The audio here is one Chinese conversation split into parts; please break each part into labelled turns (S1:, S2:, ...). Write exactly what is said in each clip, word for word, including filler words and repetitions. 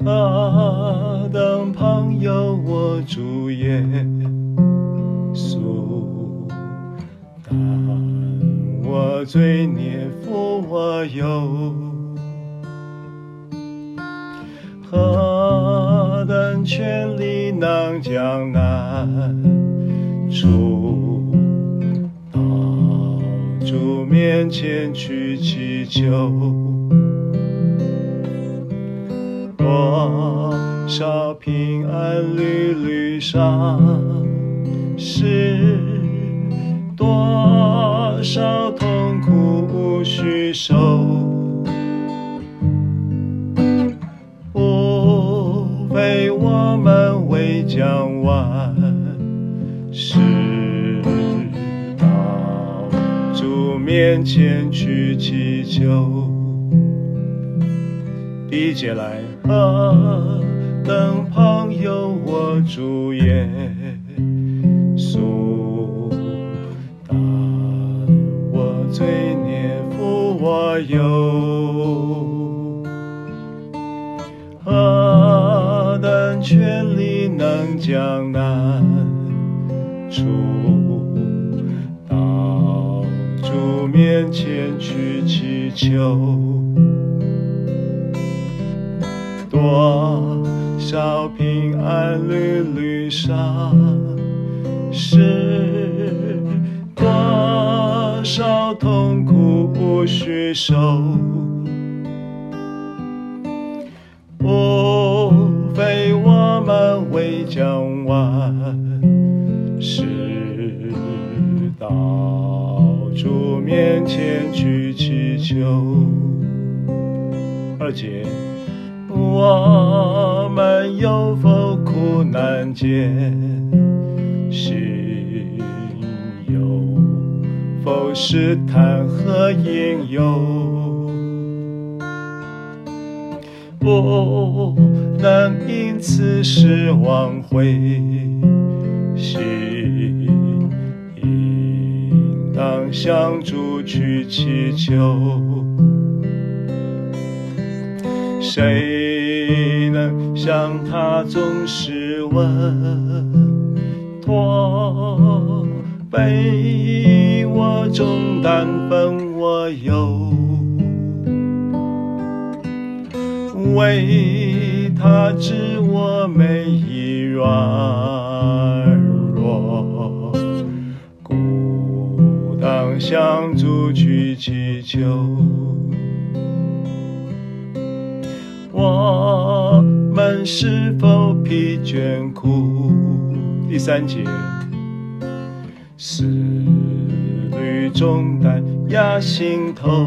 S1: 何等朋友我主耶稣，但我罪孽负我忧，何等权力能将难处到主面前去祈求，多少平安缕缕上是多少痛苦无需受，无非我们为将万事到主面前去祈求。第一节来，何等朋友我主耶稣，但我罪孽负我忧，何等权力能将难处到主面前去祈求，多少平安缕缕上是多少痛苦无需受，无非我们为将万事到主面前去祈求。二节，我们有否苦难间，心有否试探和引诱，不能因此失望灰心，应当向主去祈求。谁能像他总是稳妥，背我重担分我忧，为他知我每一软弱，故当向主去祈求。我们是否疲倦苦？第三节，思虑重担压心头，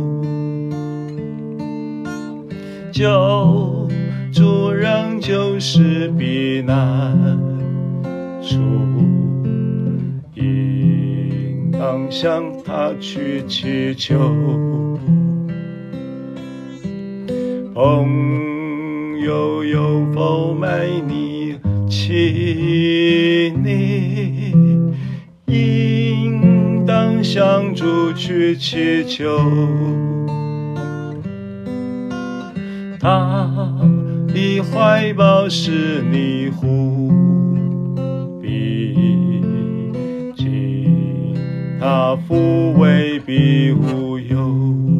S1: 救主仍旧是避难处，应当向他去祈求。朋友有否卖你弃你，应当向主去祈求。他的怀抱是你护庇，经他抚慰必无忧。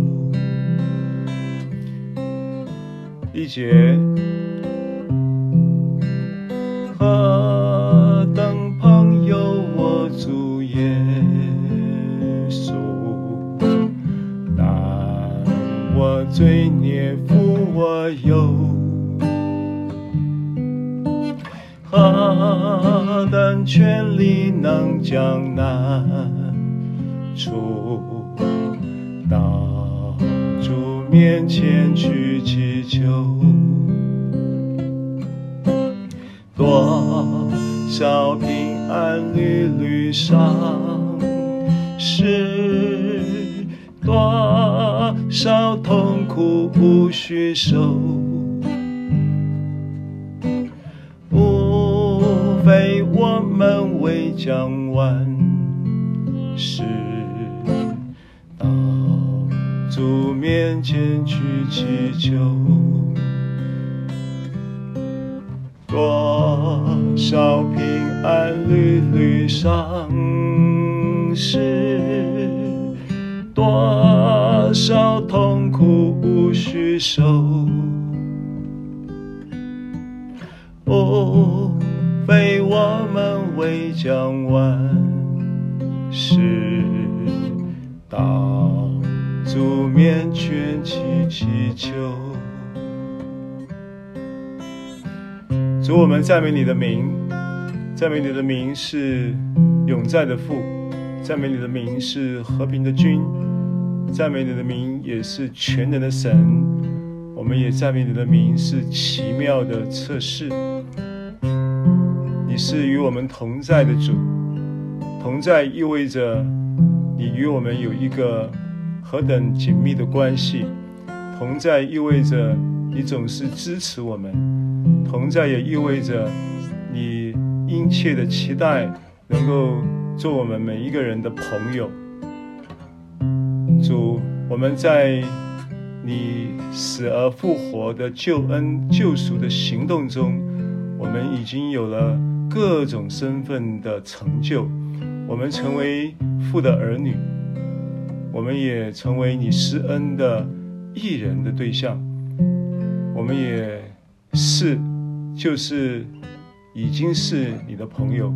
S1: 第一节，何等朋友我主耶稣，但我罪孽负我忧，何等权力能将难处到主面前去祈求，多少平安缕缕上是多少痛苦无需受，无非我们为将万事到主面前去祈求。 多少平安缕缕上市，多少痛苦无需受。哦，非我们为将万事到主面前祈祈求。主，我们赞美你的名，赞美你的名是永在的父，赞美你的名是和平的君，赞美你的名也是全能的神。我们也赞美你的名是奇妙的测试。你是与我们同在的主，同在意味着你与我们有一个何等紧密的关系，同在意味着你总是支持我们，同在也意味着你殷切的期待能够做我们每一个人的朋友。主，我们在你死而复活的救恩救赎的行动中，我们已经有了各种身份的成就，我们成为父的儿女，我们也成为你施恩的义人的对象，我们也是就是已经是你的朋友。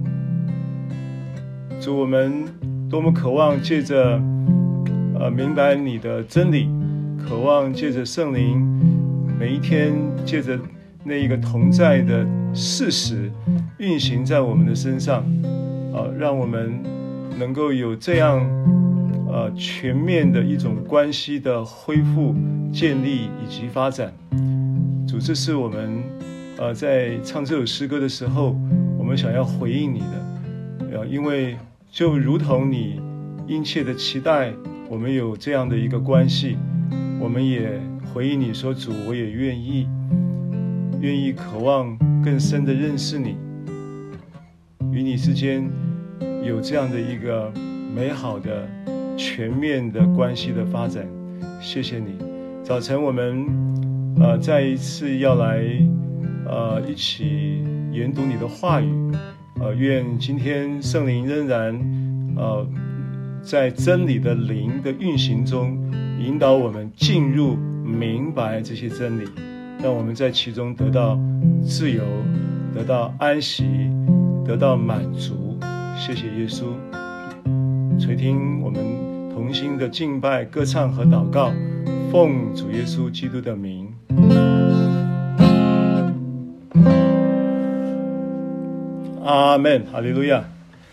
S1: 主，我们多么渴望借着呃明白你的真理，渴望借着圣灵每一天借着那一个同在的事实运行在我们的身上，呃，让我们能够有这样呃全面的一种关系的恢复、建立以及发展。主，这是我们呃在唱这首诗歌的时候，我们想要回应你的，呃，因为就如同你殷切的期待我们有这样的一个关系，我们也回应你说，主，我也愿意愿意渴望更深的认识你，与你之间有这样的一个美好的全面的关系的发展。谢谢你。早晨我们呃再一次要来呃一起研读你的话语，呃愿今天圣灵仍然呃在真理的灵的运行中引导我们进入明白这些真理，让我们在其中得到自由，得到安息，得到满足。谢谢耶稣。垂听我们同心的敬拜、歌唱和祷告，奉主耶稣基督的名。阿们，哈利路亚。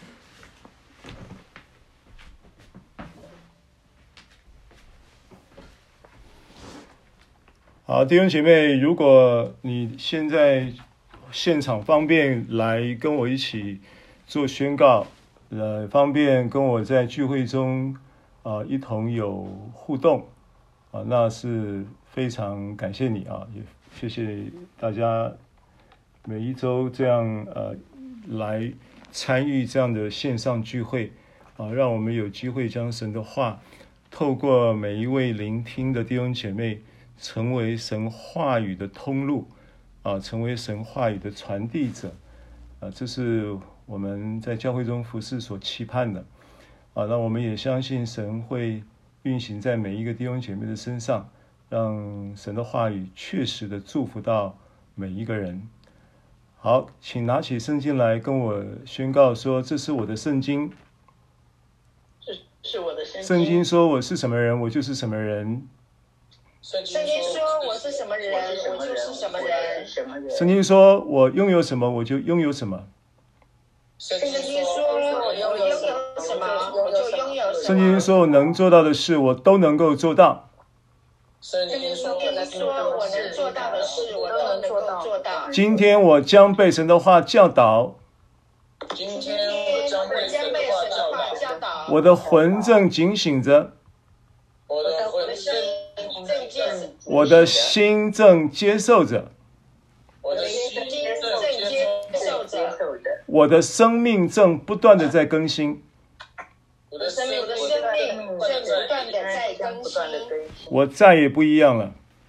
S1: 好，弟兄姐妹，如果你现在现场方便来跟我一起做宣告，呃，方便跟我在聚会中啊、呃、一同有互动啊、呃，那是非常感谢你啊，也谢谢大家每一周这样呃来参与这样的线上聚会啊、呃，让我们有机会将神的话透过每一位聆听的弟兄姐妹，成为神话语的通路啊，成为神话语的传递者啊，这是我们在教会中服事所期盼的啊。那我们也相信神会运行在每一个弟兄姐妹的身上，让神的话语确实的祝福到每一个人。好，请拿起圣经来跟我宣告说，这是我的圣经。
S2: 是是我的圣经。
S1: 圣经说我是什么人，我就是什么人。
S2: 圣经说我是什么人，我就是什么人。
S1: 圣经说我拥有什么，我就拥有什么。
S2: 圣经说我拥有什么，我就拥有什么。
S1: 圣经说我能做到的事，我都能够做到。
S2: 圣经说我能做到的事，我都能够做到。
S1: 今天我将被神的话教导。
S2: 今天我将被神的话教导。
S1: 我的魂正警醒着。
S2: 我的魂正接受。
S1: 我的心正接受着。
S2: 我的心正接受着。
S1: 我的生命正不断的在更新。
S2: 我的生命正不断的在更新。
S1: 我再也不一样了。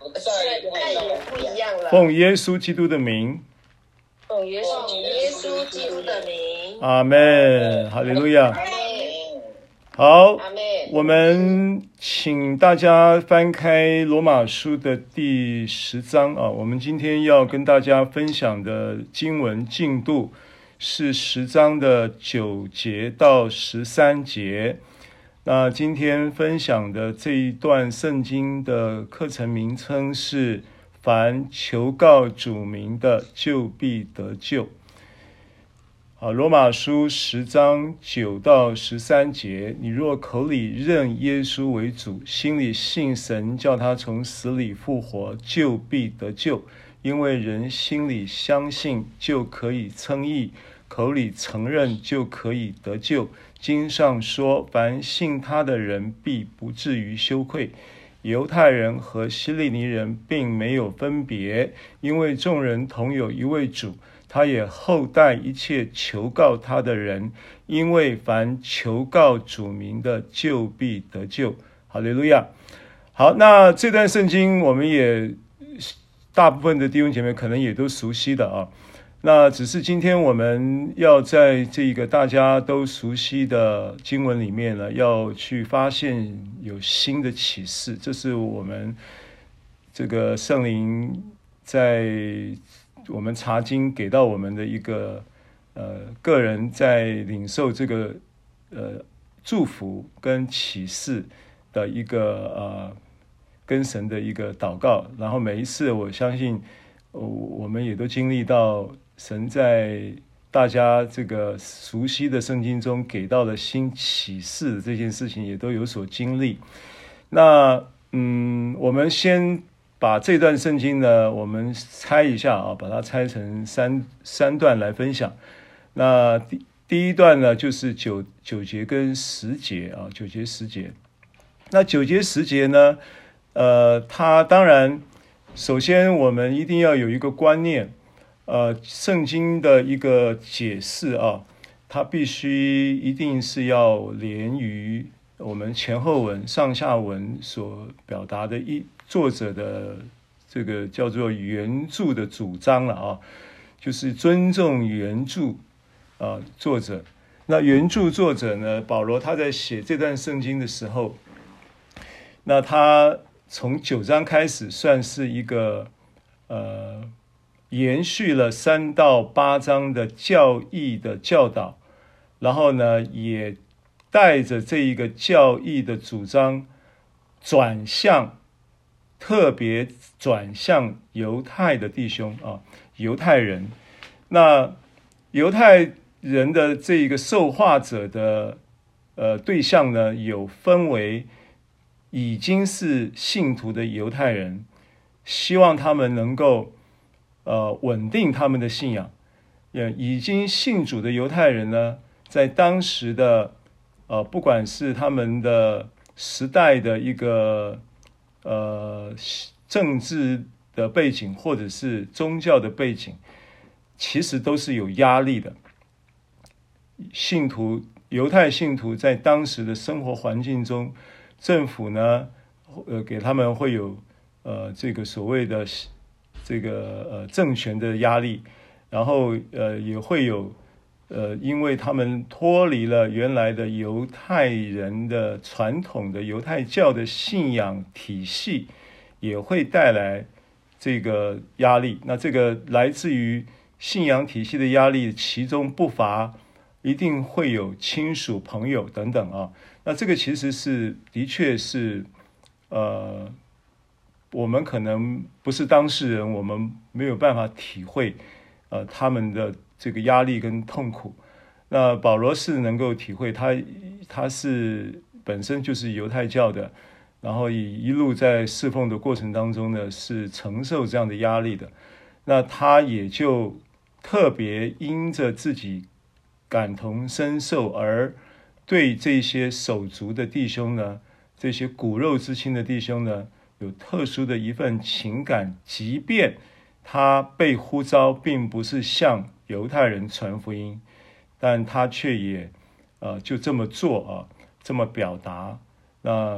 S2: 再也不一样了。
S1: 奉耶稣基督的名，
S2: 奉耶稣基督的名，
S1: 阿们，哈利路亚。好，我们请大家翻开罗马书的第十章啊。我们今天要跟大家分享的经文进度是十章的九节到十三节。那今天分享的这一段圣经的课程名称是凡求告主名的，就必得救。好，罗马书十章九到十三节，你若口里认耶稣为主，心里信神叫他从死里复活，就必得救。因为人心里相信就可以称义，口里承认就可以得救。经上说，凡信他的人必不至于羞愧。犹太人和希利尼人并没有分别，因为众人同有一位主，他也厚待一切求告他的人，因为凡求告主名的，就必得救。哈利路亚。好，那这段圣经我们也大部分的弟兄姐妹可能也都熟悉的啊。那只是今天我们要在这个大家都熟悉的经文里面呢，要去发现有新的启示。这是我们这个圣灵在我们查经给到我们的一个呃个人在领受这个呃祝福跟启示的一个呃跟神的一个祷告。然后每一次我相信、呃、我们也都经历到神在大家这个熟悉的圣经中给到的新启示这件事情也都有所经历。那嗯，我们先把这段圣经呢，我们拆一下啊，把它拆成三三段来分享。那第第一段呢，就是九九节跟十节啊，九节十节。那九节十节呢，呃，它当然首先我们一定要有一个观念。呃，圣经的一个解释啊，它必须一定是要连于我们前后文、上下文所表达的一作者的这个叫做原著的主张了啊，就是尊重原著啊作者。那原著作者呢，保罗他在写这段圣经的时候，那他从九章开始算是一个呃。延续了三到八章的教义的教导，然后呢，也带着这一个教义的主张转向，特别转向犹太的弟兄啊，犹太人。那犹太人的这一个受化者的呃对象呢，有分为已经是信徒的犹太人，希望他们能够呃，稳定他们的信仰。也已经信主的犹太人呢，在当时的呃，不管是他们的时代的一个呃政治的背景，或者是宗教的背景，其实都是有压力的。信徒，犹太信徒在当时的生活环境中，政府呢，呃，给他们会有呃这个所谓的。这个呃政权的压力，然后呃也会有呃，因为他们脱离了原来的犹太人的传统的犹太教的信仰体系，也会带来这个压力。那这个来自于信仰体系的压力，其中不乏一定会有亲属、朋友等等啊。那这个其实是的确是呃。我们可能不是当事人，我们没有办法体会呃他们的这个压力跟痛苦。那保罗是能够体会，他他是本身就是犹太教的，然后一一路在侍奉的过程当中呢，是承受这样的压力的。那他也就特别因着自己感同身受，而对这些手足的弟兄呢，这些骨肉之亲的弟兄呢，有特殊的一份情感，即便他被呼召并不是向犹太人传福音，但他却也呃就这么做啊，这么表达。那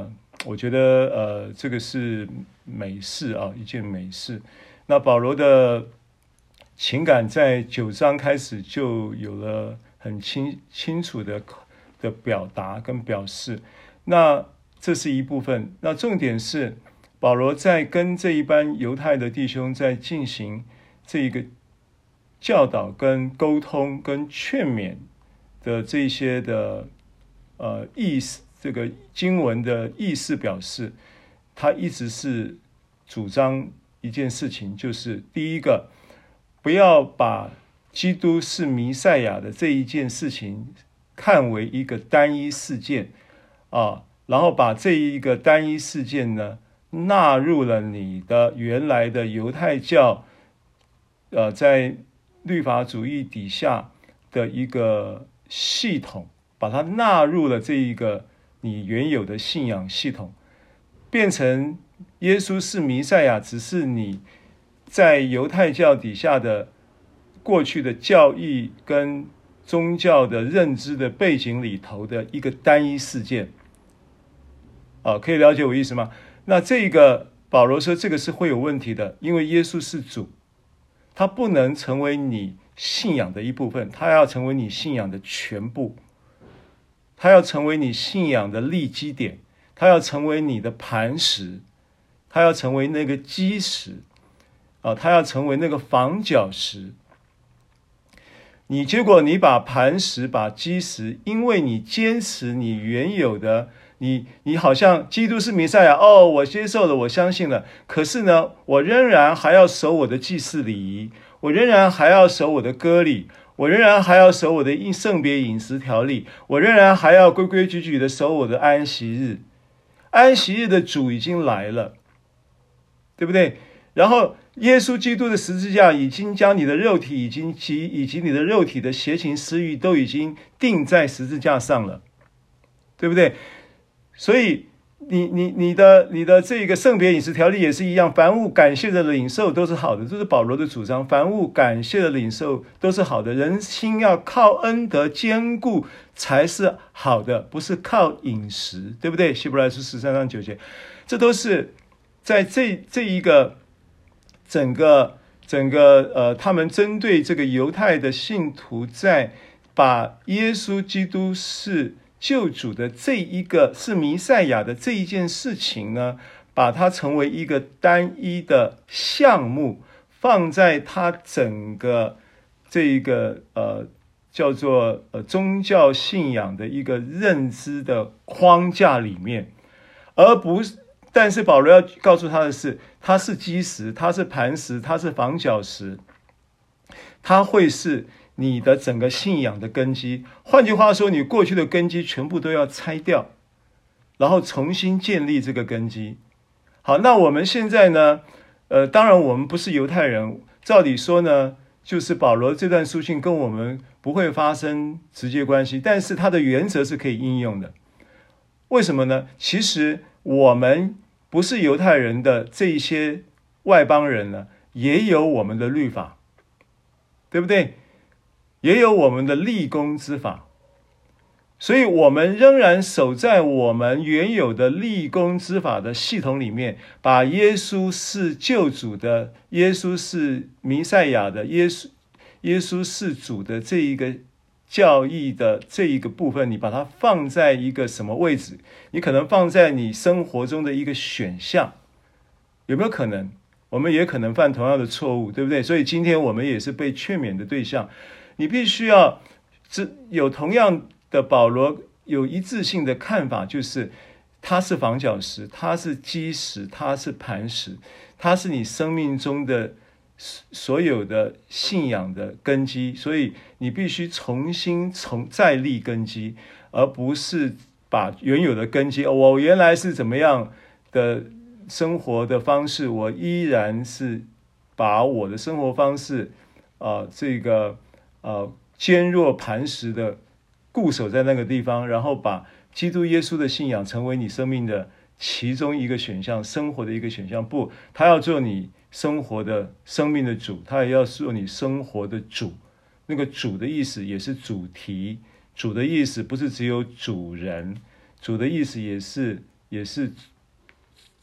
S1: 我觉得呃，这个是美事啊，一件美事。那保罗的情感在九章开始就有了很清清楚的的表达跟表示。那这是一部分。那重点是保罗在跟这一班犹太的弟兄在进行这一个教导跟沟通跟劝勉的这些的呃意思，这个经文的意思表示，他一直是主张一件事情，就是第一个，不要把基督是弥赛亚的这一件事情看为一个单一事件啊，然后把这一个单一事件呢纳入了你的原来的犹太教，呃，在律法主义底下的一个系统，把它纳入了这一个你原有的信仰系统，变成耶稣是弥赛亚，只是你在犹太教底下的过去的教义跟宗教的认知的背景里头的一个单一事件。啊，可以了解我意思吗？那这个保罗说这个是会有问题的，因为耶稣是主，他不能成为你信仰的一部分，他要成为你信仰的全部，他要成为你信仰的立基点，他要成为你的磐石，他要成为那个基石啊，他要成为那个房角石。你结果你把磐石把基石，因为你坚持你原有的，你你好像基督是弥赛亚，哦，我接受了，我相信了，可是呢，我仍然还要守我的祭祀礼仪，我仍然还要守我的割礼，我仍然还要守我的圣别饮食条例，我仍然还要规规矩矩的守我的安息日。安息日的主已经来了，对不对？然后耶稣基督的十字架已经将你的肉体已经及以及你的肉体的邪情私欲都已经钉在十字架上了，对不对？所以你你你的你的这个圣别饮食条例也是一样，凡物感谢的领受都是好的，这是保罗的主张，凡物感谢的领受都是好的，人心要靠恩德坚固才是好的，不是靠饮食，对不对？希伯来书十三章九节，这都是在这这一个整个整个呃，他们针对这个犹太的信徒，在把耶稣基督是救主的这一个是弥赛亚的这一件事情呢，把它成为一个单一的项目，放在他整个这一个呃叫做呃宗教信仰的一个认知的框架里面，而不是。但是保罗要告诉他的是，他是基石，他是磐石，他是房角石，他会是你的整个信仰的根基。换句话说，你过去的根基全部都要拆掉，然后重新建立这个根基。好，那我们现在呢，呃，当然我们不是犹太人，照理说呢，就是保罗这段书信跟我们不会发生直接关系，但是它的原则是可以应用的。为什么呢？其实我们不是犹太人的这一些外邦人呢，也有我们的律法，对不对？也有我们的立功之法，所以我们仍然守在我们原有的立功之法的系统里面，把耶稣是救主的，耶稣是弥赛亚的，耶稣耶稣是主的这一个教义的这一个部分，你把它放在一个什么位置？你可能放在你生活中的一个选项，有没有可能？我们也可能犯同样的错误，对不对？所以今天我们也是被劝勉的对象，你必须要有同样的保罗有一致性的看法，就是他是房角石，他是基石，他是磐石，他是你生命中的所有的信仰的根基，所以你必须重新重再立根基，而不是把原有的根基，哦，我原来是怎么样的生活的方式，我依然是把我的生活方式，呃，这个呃坚若磐石的固守在那个地方，然后把基督耶稣的信仰成为你生命的其中一个选项，生活的一个选项。不，他要做你生活的生命的主，他也要做你生活的主。那个主的意思也是主题，主的意思不是只有主人，主的意思也是也是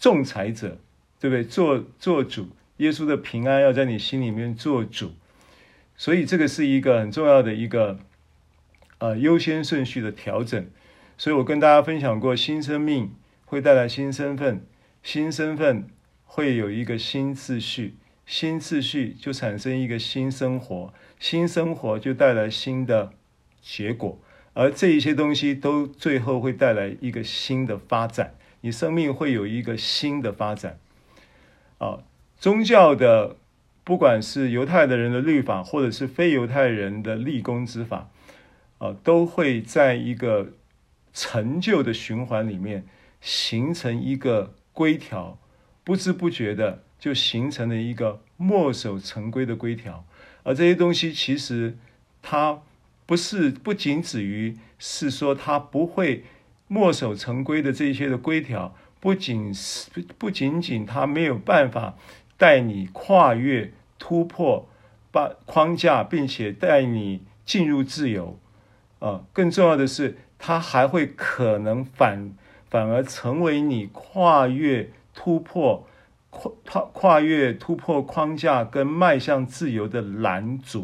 S1: 仲裁者，对不对？做做主，耶稣的平安要在你心里面做主，所以这个是一个很重要的一个呃优先顺序的调整。所以我跟大家分享过，新生命会带来新身份，新身份会有一个新次序，新次序就产生一个新生活，新生活就带来新的结果，而这一些东西都最后会带来一个新的发展，你生命会有一个新的发展。啊，宗教的不管是犹太的人的律法，或者是非犹太人的立功之法，啊，都会在一个成就的循环里面形成一个规条，不知不觉的就形成了一个墨守成规的规条。而这些东西其实它不是不仅止于是说它不会墨守成规的这些的规条，不仅不仅仅它没有办法带你跨越突破把框架，并且带你进入自由，呃，更重要的是它还会可能反反而成为你跨越突破跨跨越突破框架跟迈向自由的拦阻。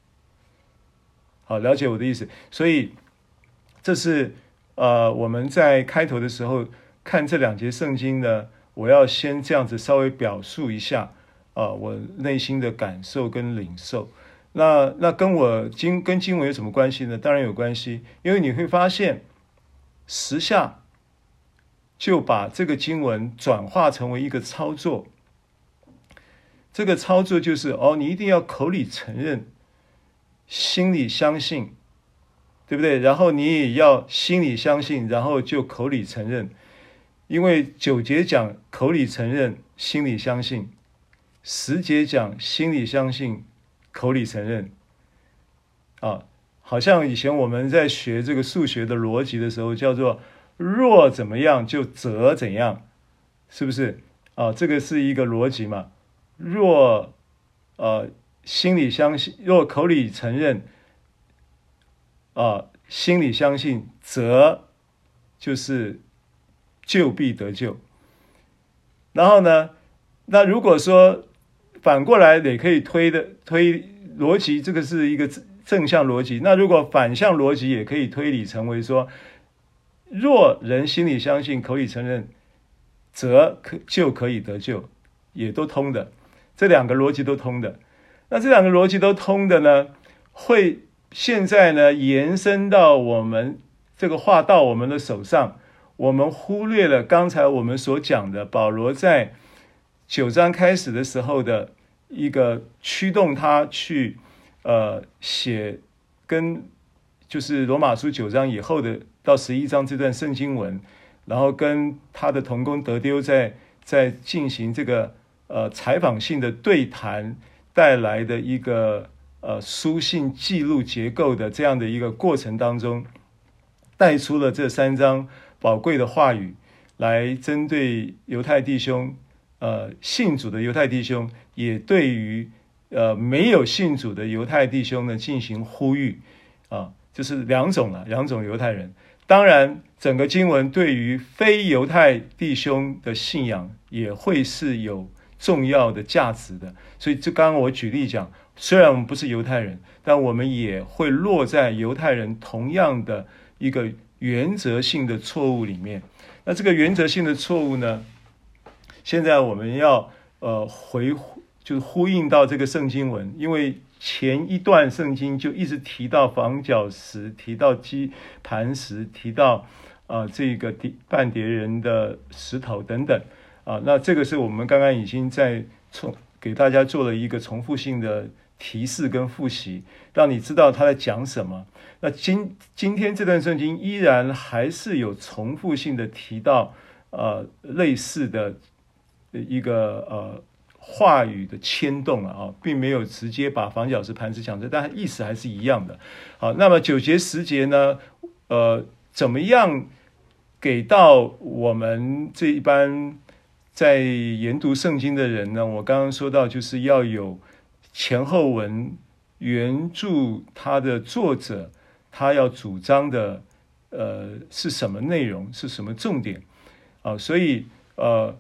S1: 好，了解我的意思。所以这是呃我们在开头的时候看这两节圣经呢，我要先这样子稍微表述一下呃我内心的感受跟领受。那那跟我经跟经文有什么关系呢？当然有关系，因为你会发现时下就把这个经文转化成为一个操作。这个操作就是哦，你一定要口里承认，心里相信，对不对？然后你也要心里相信，然后就口里承认。因为九节讲口里承认，心里相信；十节讲心里相信，口里承认。啊，好像以前我们在学这个数学的逻辑的时候，叫做若怎么样就则怎样，是不是？啊，这个是一个逻辑嘛。若呃心里相信，若口里承认，啊心里相信，则就是救必得救。然后呢，那如果说反过来也可以推的推逻辑，这个是一个正向逻辑。那如果反向逻辑也可以推理成为说，若人心里相信，口里承认，则就可以得救，也都通的。这两个逻辑都通的。那这两个逻辑都通的呢，会现在呢延伸到我们这个话到我们的手上，我们忽略了刚才我们所讲的保罗在九章开始的时候的一个驱动他去呃写跟就是罗马书九章以后的到十一章这段圣经文，然后跟他的同工德丢在在进行这个呃采访性的对谈带来的一个呃书信记录结构的这样的一个过程当中，带出了这三章宝贵的话语，来针对犹太弟兄，呃信主的犹太弟兄，也对于呃没有信主的犹太弟兄呢进行呼吁啊，就是两种了，两种犹太人。当然，整个经文对于非犹太弟兄的信仰也会是有重要的价值的。所以，这刚刚我举例讲，虽然我们不是犹太人，但我们也会落在犹太人同样的一个原则性的错误里面。那这个原则性的错误呢，现在我们要呃回就是呼应到这个圣经文，因为前一段圣经就一直提到房角石，提到基磐石，提到呃这个半叠人的石头等等啊，那这个是我们刚刚已经在重给大家做了一个重复性的提示跟复习，让你知道他在讲什么。那今今天这段圣经依然还是有重复性的提到呃类似的一个呃话语的牵动啊，并没有直接把房角石磐石讲出，但意思还是一样的。好，那么九节十节呢，呃，怎么样给到我们这一般在研读圣经的人呢？我刚刚说到，就是要有前后文原著，他的作者他要主张的呃是什么内容，是什么重点啊？所以呃。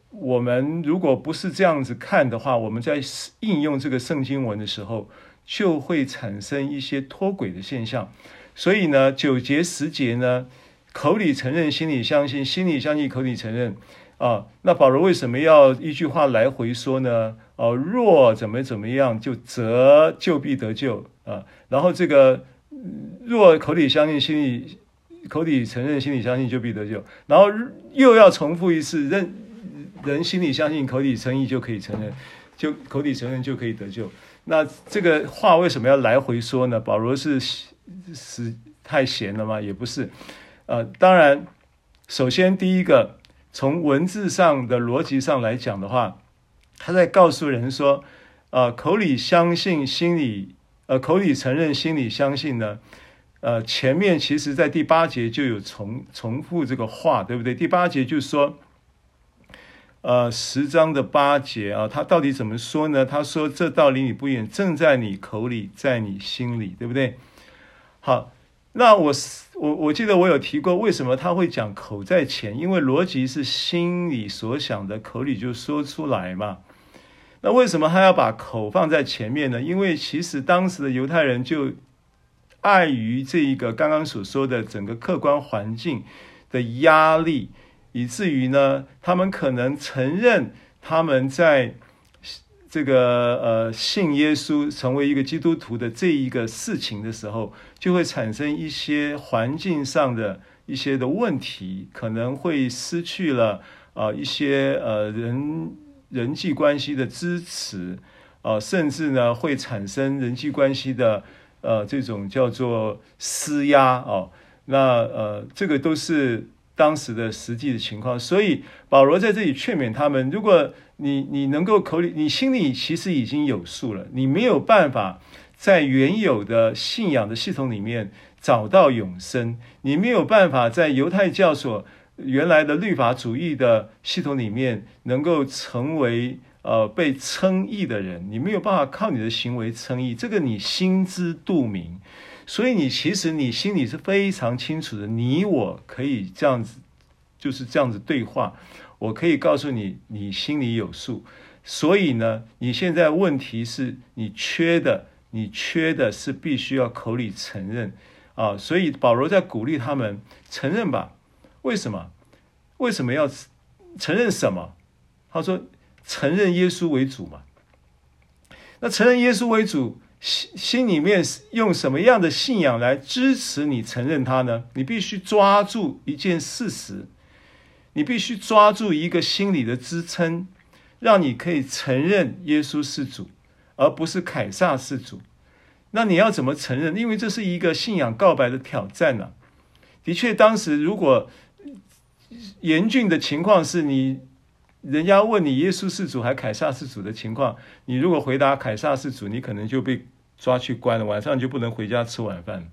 S1: 我们如果不是这样子看的话，我们在应用这个圣经文的时候，就会产生一些脱轨的现象。所以呢，九节十节呢，口里承认，心里相信，心里相信，口里承认啊。那保罗为什么要一句话来回说呢？哦、啊，若怎么怎么样，就则就必得救啊。然后这个若口里相信，心里口里承认，心里相信，就必得救。然后又要重复一次，人人心里相信，口里称义就可以承认，就口里承认就可以得救。那这个话为什么要来回说呢？保罗是是太闲了吗？也不是。呃，当然，首先第一个，从文字上的逻辑上来讲的话，他在告诉人说，呃，口里相信，心里呃口里承认，心里相信呢。呃，前面其实在第八节就有重重复这个话，对不对？第八节就是说，呃，十章的八节啊，他到底怎么说呢？他说：“这道离你不远，正在你口里，在你心里，对不对？”好，那我我我记得我有提过，为什么他会讲口在前？因为逻辑是心里所想的，口里就说出来嘛。那为什么他要把口放在前面呢？因为其实当时的犹太人就碍于这一个刚刚所说的整个客观环境的压力，以至于呢，他们可能承认他们在这个呃信耶稣成为一个基督徒的这一个事情的时候，就会产生一些环境上的一些的问题，可能会失去了呃一些呃人人际关系的支持，呃甚至呢会产生人际关系的呃这种叫做施压哦，那呃这个都是当时的实际的情况。所以保罗在这里劝勉他们，如果你你能够口里，你心里其实已经有数了，你没有办法在原有的信仰的系统里面找到永生，你没有办法在犹太教所原来的律法主义的系统里面能够成为呃被称义的人，你没有办法靠你的行为称义，这个你心知肚明。所以你其实你心里是非常清楚的，你我可以这样子，就是这样子对话，我可以告诉你，你心里有数。所以呢，你现在问题是你缺的，你缺的是必须要口里承认啊。所以保罗在鼓励他们承认吧。为什么？为什么要承认什么？他说承认耶稣为主嘛。那承认耶稣为主，心里面用什么样的信仰来支持你承认他呢？你必须抓住一件事实，你必须抓住一个心理的支撑，让你可以承认耶稣是主，而不是凯撒是主。那你要怎么承认？因为这是一个信仰告白的挑战啊。的确，当时如果严峻的情况是你人家问你耶稣是主还凯撒是主的情况，你如果回答凯撒是主，你可能就被抓去关了，晚上就不能回家吃晚饭。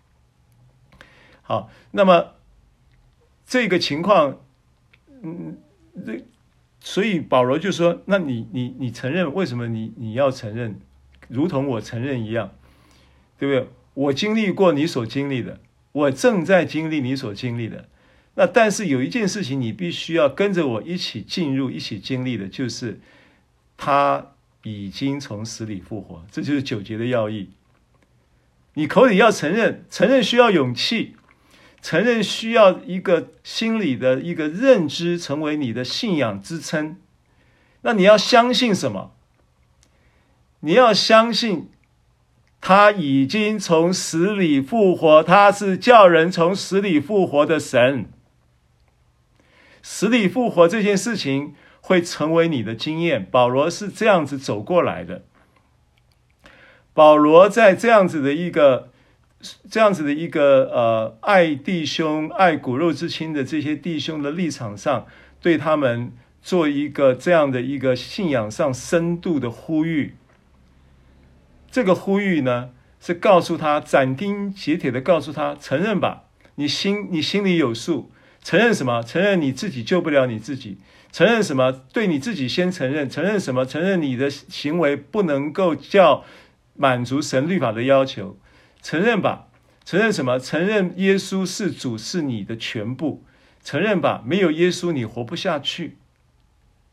S1: 好，那么这个情况，嗯，所以保罗就说：那你你你承认，为什么你你要承认？如同我承认一样，对不对？我经历过你所经历的，我正在经历你所经历的。那但是有一件事情你必须要跟着我一起进入一起经历的，就是他已经从死里复活。这就是九节的要义。你口里要承认，承认需要勇气，承认需要一个心理的一个认知成为你的信仰支撑。那你要相信什么？你要相信他已经从死里复活，他是叫人从死里复活的神。死里复活这件事情会成为你的经验，保罗是这样子走过来的。保罗在这样子的一个这样子的一个呃爱弟兄爱骨肉之亲的这些弟兄的立场上，对他们做一个这样的一个信仰上深度的呼吁。这个呼吁呢，是告诉他，斩钉截铁的告诉他，承认吧，你心你心里有数。承认什么？承认你自己救不了你自己。承认什么？对你自己先承认。承认什么？承认你的行为不能够叫满足神律法的要求。承认吧。承认什么？承认耶稣是主，是你的全部。承认吧，没有耶稣你活不下去。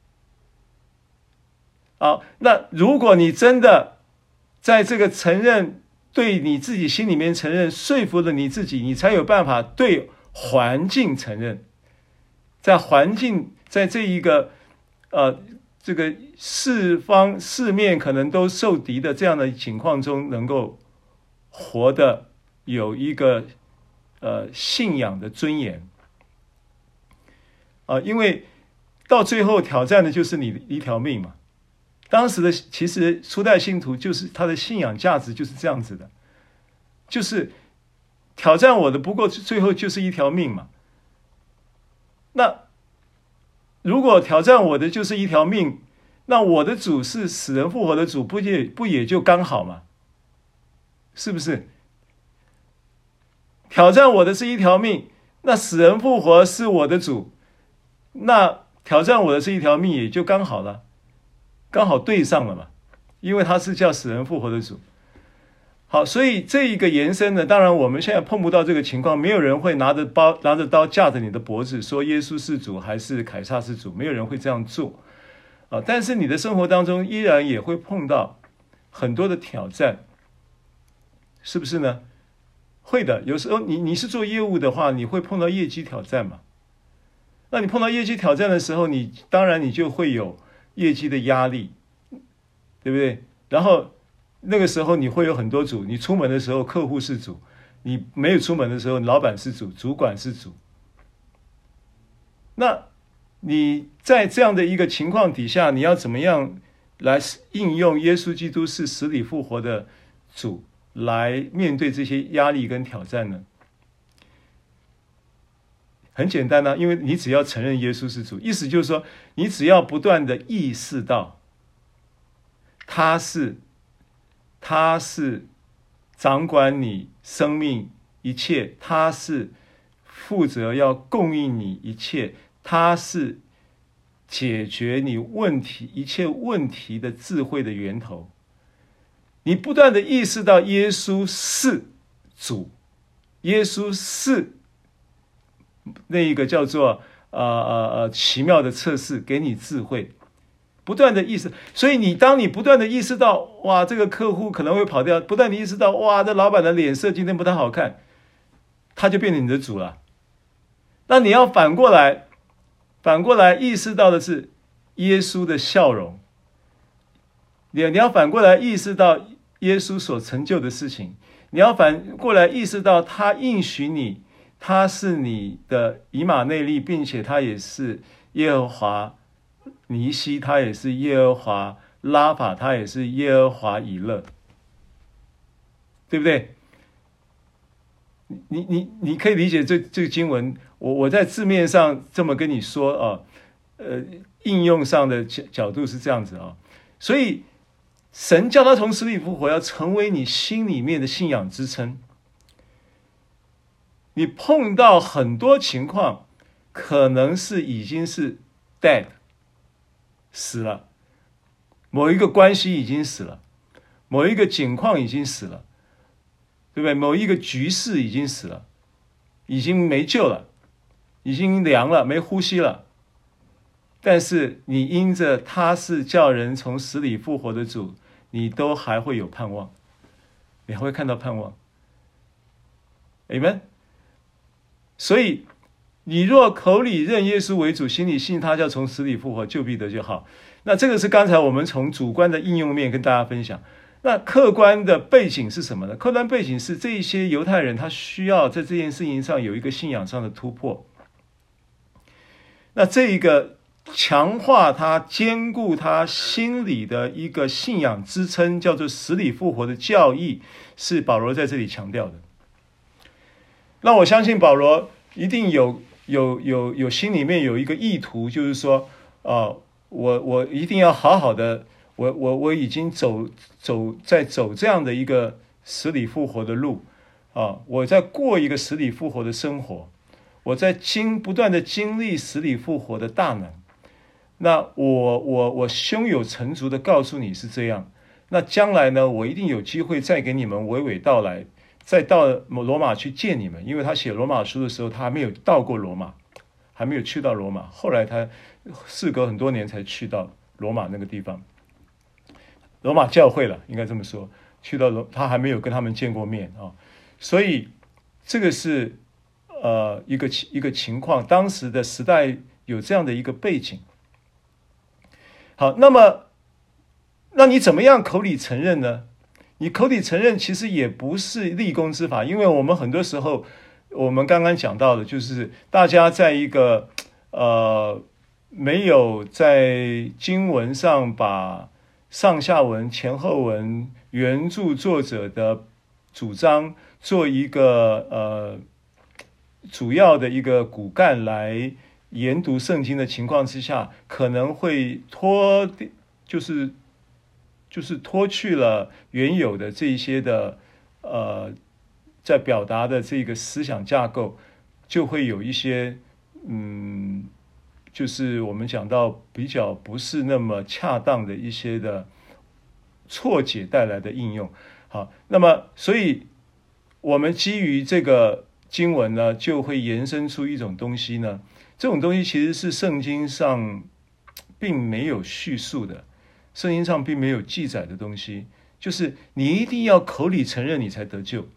S1: 好，那如果你真的在这个承认，对你自己心里面承认，说服了你自己，你才有办法对环境承认。在环境，在这一个呃这个四方四面可能都受敌的这样的情况中，能够活得有一个呃信仰的尊严啊、呃，因为到最后挑战的就是你的一条命嘛。当时的其实初代信徒就是他的信仰价值就是这样子的，就是挑战我的，不过最后就是一条命嘛。那如果挑战我的就是一条命，那我的主是死人复活的主，不也不也就刚好嘛？是不是？挑战我的是一条命，那死人复活是我的主，那挑战我的是一条命，也就刚好了。刚好对上了嘛，因为他是叫死人复活的主。好，所以这一个延伸呢，当然我们现在碰不到这个情况，没有人会拿着刀拿着刀架着你的脖子说耶稣是主还是凯撒是主，没有人会这样做啊。但是你的生活当中依然也会碰到很多的挑战，是不是呢？会的，有时候你你是做业务的话，你会碰到业绩挑战嘛？那你碰到业绩挑战的时候，你当然你就会有业绩的压力，对不对？然后那个时候你会有很多主，你出门的时候客户是主，你没有出门的时候老板是主，主管是主。那你在这样的一个情况底下，你要怎么样来应用耶稣基督是死里复活的主来面对这些压力跟挑战呢？很简单啊，因为你只要承认耶稣是主，意思就是说，你只要不断的意识到他是他是掌管你生命一切，他是负责要供应你一切，他是解决你问题一切问题的智慧的源头。你不断的意识到耶稣是主，耶稣是那一个叫做呃呃呃奇妙的测试，给你智慧，不断的意识。所以你当你不断的意识到，哇，这个客户可能会跑掉，不断的意识到，哇，这老板的脸色今天不太好看，他就变成你的主了。那你要反过来，反过来意识到的是耶稣的笑容，你你要反过来意识到耶稣所成就的事情，你要反过来意识到他应许你。他是你的以马内利，并且他也是耶和华尼西，他也是耶和华拉法，他也是耶和华以勒，对不对？你你你可以理解这这个经文，我我在字面上这么跟你说啊，呃，应用上的角度是这样子啊，所以神叫他从死里复活，要成为你心里面的信仰支撑。你碰到很多情况，可能是已经是 dead 死了，某一个关系已经死了，某一个境况已经死了，对不对？某一个局势已经死了，已经没救了，已经凉了，没呼吸了。但是你因着他是叫人从死里复活的主，你都还会有盼望，你还会看到盼望。Amen。所以你若口里认耶稣为主，心里信他叫从死里复活，就必得就好。那这个是刚才我们从主观的应用面跟大家分享。那客观的背景是什么呢？客观背景是这一些犹太人他需要在这件事情上有一个信仰上的突破。那这一个强化他坚固他心里的一个信仰支撑，叫做死里复活的教义，是保罗在这里强调的。那我相信保罗一定有有有有心里面有一个意图，就是说，呃，我我一定要好好的，我我我已经走走在走这样的一个死里复活的路啊，我在过一个死里复活的生活，我在经不断的经历死里复活的大能。那我我我胸有成竹的告诉你是这样。那将来呢，我一定有机会再给你们娓娓道来。再到罗马去见你们，因为他写罗马书的时候，他还没有到过罗马，还没有去到罗马。后来他事隔很多年才去到罗马那个地方。 罗马教会了，应该这么说，去到罗，他还没有跟他们见过面啊，所以这个是呃一个一个情况，当时的时代有这样的一个背景。好，那么那你怎么样口里承认呢？你口里承认其实也不是立功之法，因为我们很多时候我们刚刚讲到的，就是大家在一个呃没有在经文上把上下文、前后文、原著作者的主张做一个呃主要的一个骨干来研读圣经的情况之下，可能会脱就是就是脱去了原有的这一些的呃在表达的这个思想架构，就会有一些嗯。就是我们讲到比较不是那么恰当的一些的错解带来的应用。好，那么所以我们基于这个经文呢，就会延伸出一种东西呢，这种东西其实是圣经上并没有叙述的，圣经上并没有记载的东西，就是你一定要口里承认你才得救，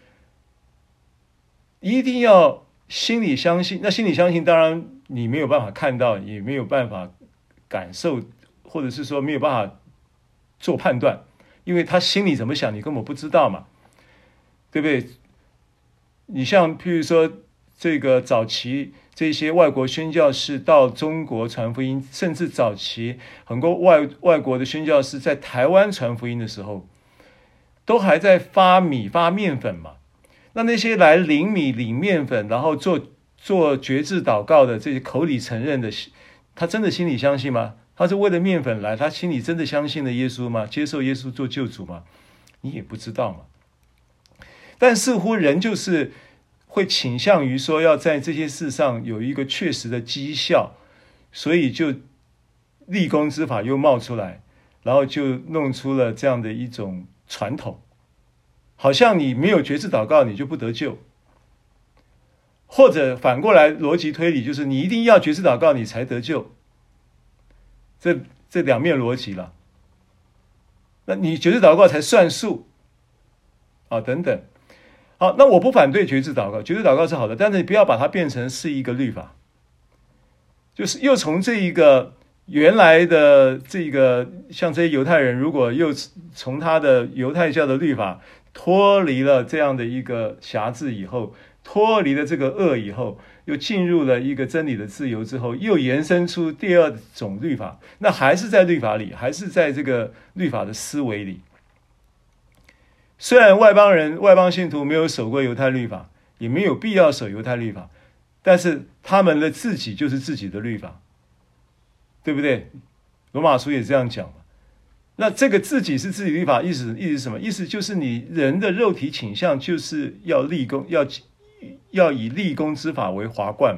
S1: 一定要心里相信。那心里相信当然你没有办法看到，也没有办法感受，或者是说没有办法做判断，因为他心里怎么想你根本不知道嘛，对不对？你像譬如说这个早期这些外国宣教士到中国传福音，甚至早期很多外外国的宣教士在台湾传福音的时候，都还在发米发面粉嘛。那那些来领米领面粉，然后做做决志祷告的这些口里承认的，他真的心里相信吗？他是为了面粉来，他心里真的相信了耶稣吗？接受耶稣做救主吗？你也不知道嘛。但似乎人就是会倾向于说要在这些事上有一个确实的绩效，所以就立功之法又冒出来，然后就弄出了这样的一种传统，好像你没有决志祷告你就不得救，或者反过来逻辑推理，就是你一定要决志祷告你才得救，这这两面逻辑了。那你决志祷告才算数啊，等等。好，那我不反对决志祷告，决志祷告是好的，但是你不要把它变成是一个律法，就是又从这一个原来的这个像这些犹太人，如果又从他的犹太教的律法脱离了这样的一个辖制以后，脱离了这个恶以后，又进入了一个真理的自由之后，又延伸出第二种律法，那还是在律法里，还是在这个律法的思维里。虽然外邦人外邦信徒没有守过犹太律法，也没有必要守犹太律法，但是他们的自己就是自己的律法，对不对？罗马书也这样讲嘛。那这个自己是自己律法，意思意思是什么？意思就是你人的肉体倾向就是要立功，要要以立功之法为华冠嘛，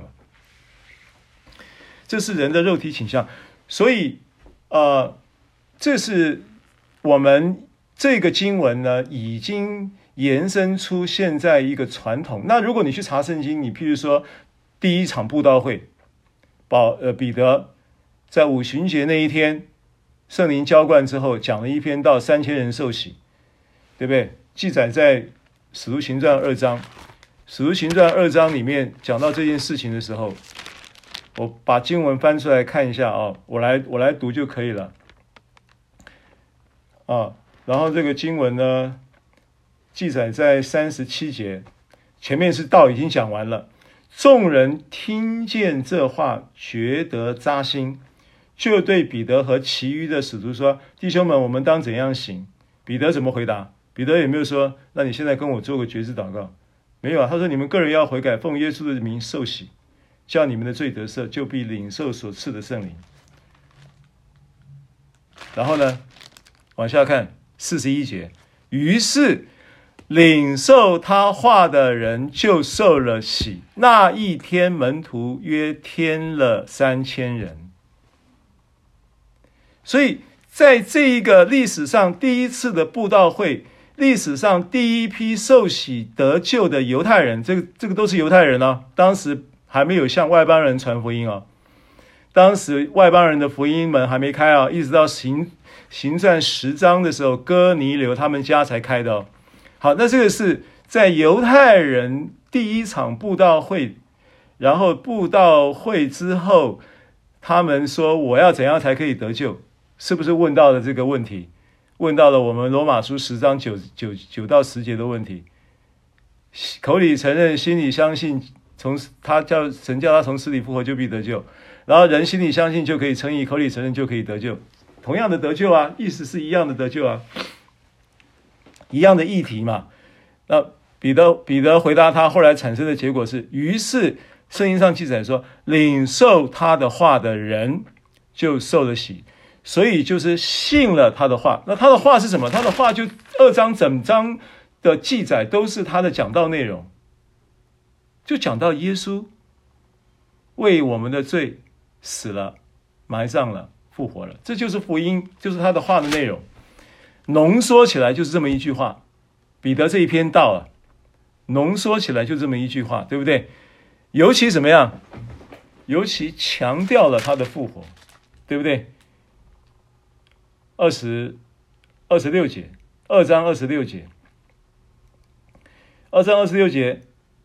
S1: 这是人的肉体倾向。所以呃，这是我们这个经文呢，已经延伸出现在一个传统。那如果你去查圣经，你譬如说第一场布道会，保呃彼得在五旬节那一天，圣灵浇灌之后，讲了一篇道，三千人受洗，对不对？记载在使徒行传二章，使徒行传二章里面讲到这件事情的时候，我把经文翻出来看一下啊，我来我来读就可以了啊。然后这个经文呢，记载在三十七节，前面是道已经讲完了。众人听见这话，觉得扎心，就对彼得和其余的使徒说：“弟兄们，我们当怎样行？”彼得怎么回答？彼得有没有说：“那你现在跟我做个决志祷告？”没有啊，他说：“你们个人要悔改，奉耶稣的名受洗，叫你们的罪得赦，就必领受所赐的圣灵。”然后呢，往下看。四十一节，于是领受他话的人就受了洗。那一天门徒约添了三千人。所以在这一个历史上第一次的布道会，历史上第一批受洗得救的犹太人，这个这个都是犹太人啊，当时还没有向外邦人传福音啊，当时外邦人的福音门还没开啊，一直到行行传十章的时候，哥尼流他们家才开的哦。好，那这个是在犹太人第一场布道会，然后布道会之后，他们说我要怎样才可以得救？是不是问到了这个问题？问到了我们罗马书十章九九九到十节的问题。口里承认，心里相信，从他叫神叫他从死里复活，就必得救。然后人心里相信就可以称义，口里承认就可以得救。同样的得救啊，意思是一样的得救啊，一样的议题嘛。那彼得彼得回答他，后来产生的结果是，于是圣经上记载说，领受他的话的人就受了洗，所以就是信了他的话。那他的话是什么？他的话就二章整章的记载都是他的讲道内容，就讲到耶稣为我们的罪死了、埋葬了、复活了，这就是福音，就是他的话的内容。浓缩起来就是这么一句话，彼得这一篇道啊，浓缩起来就这么一句话，对不对？尤其怎么样？尤其强调了他的复活，对不对？二十二十六节，二章二十六节，二章二十六节，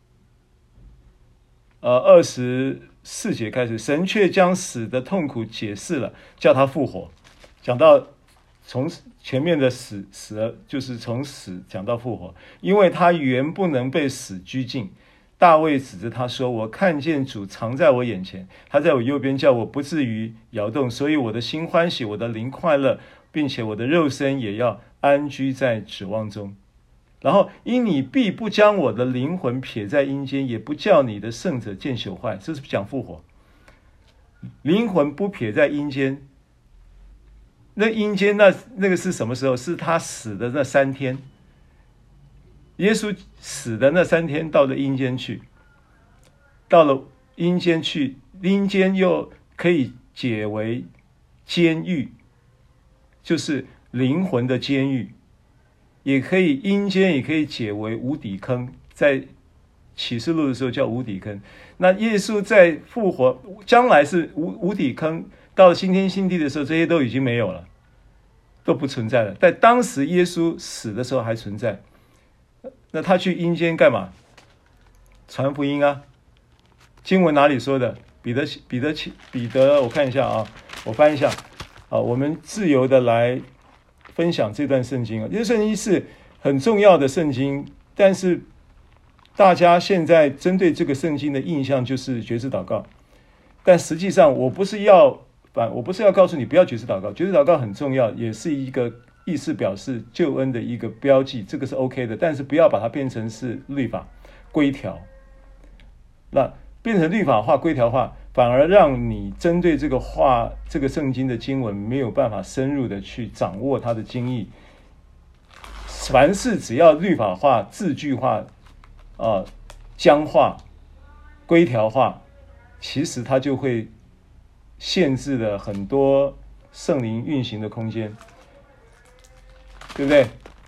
S1: 呃，二十四节开始，神却将死的痛苦解释了，叫他复活。讲到从前面的死死了，就是从死讲到复活，因为他原不能被死拘禁。大卫指着他说，我看见主藏在我眼前，他在我右边，叫我不至于摇动，所以我的心欢喜，我的灵快乐，并且我的肉身也要安居在指望中。然后因你必不将我的灵魂撇在阴间，也不叫你的圣者见朽坏。这是讲复活，灵魂不撇在阴间。那阴间 那, 那个是什么时候？是他死的那三天，耶稣死的那三天到了阴间去，到了阴间去，阴间又可以解为监狱，就是灵魂的监狱，也可以阴间也可以解为无底坑，在启示录的时候叫无底坑。那耶稣在复活，将来是 无, 无底坑，到了新天新地的时候，这些都已经没有了，都不存在了。但当时耶稣死的时候还存在。那他去阴间干嘛？传福音啊。经文哪里说的？彼得彼得彼得，我看一下啊，我翻一下啊，我们自由的来分享这段圣经啊。这圣经是很重要的圣经，但是大家现在针对这个圣经的印象就是决志祷告，但实际上我不是要反，我不是要告诉你不要决志祷告，决志祷告很重要，也是一个意思表示救恩的一个标记，这个是 OK 的，但是不要把它变成是律法规条，那变成律法化规条化，反而让你针对这个话这个圣经的经文没有办法深入的去掌握它的经义。凡事只要律法化、字句化、呃、僵化、规条化，其实它就会限制了很多圣灵运行的空间，对不对？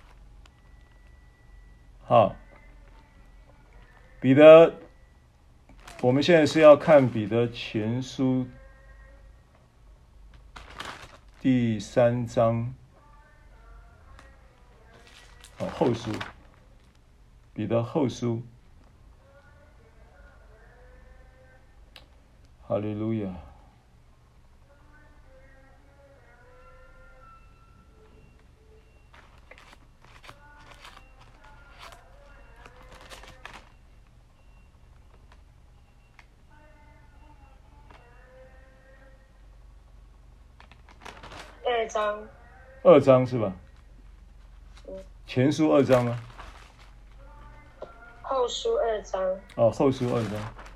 S1: 好，彼得，我们现在是要看彼得前书第三章，哦，后书，彼得后书，哈利路亚。
S2: 二章，
S1: 二章是吧？前书二章啊。
S2: 后书二章。
S1: 哦，后书二章。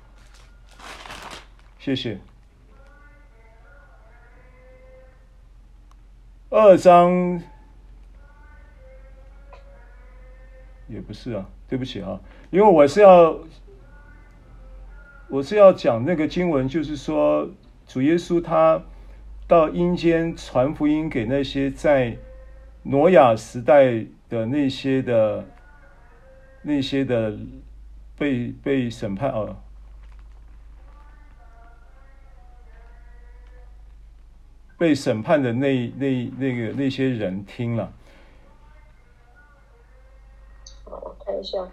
S1: 谢谢。二章也不是啊，对不起啊，因为我是要我是要讲那个经文，就是说主耶稣他到阴间传福音给那些在挪亚时代的那些的那些的被被审判哦， 被审判的那那那个那些人听了。
S2: 好，我看一下。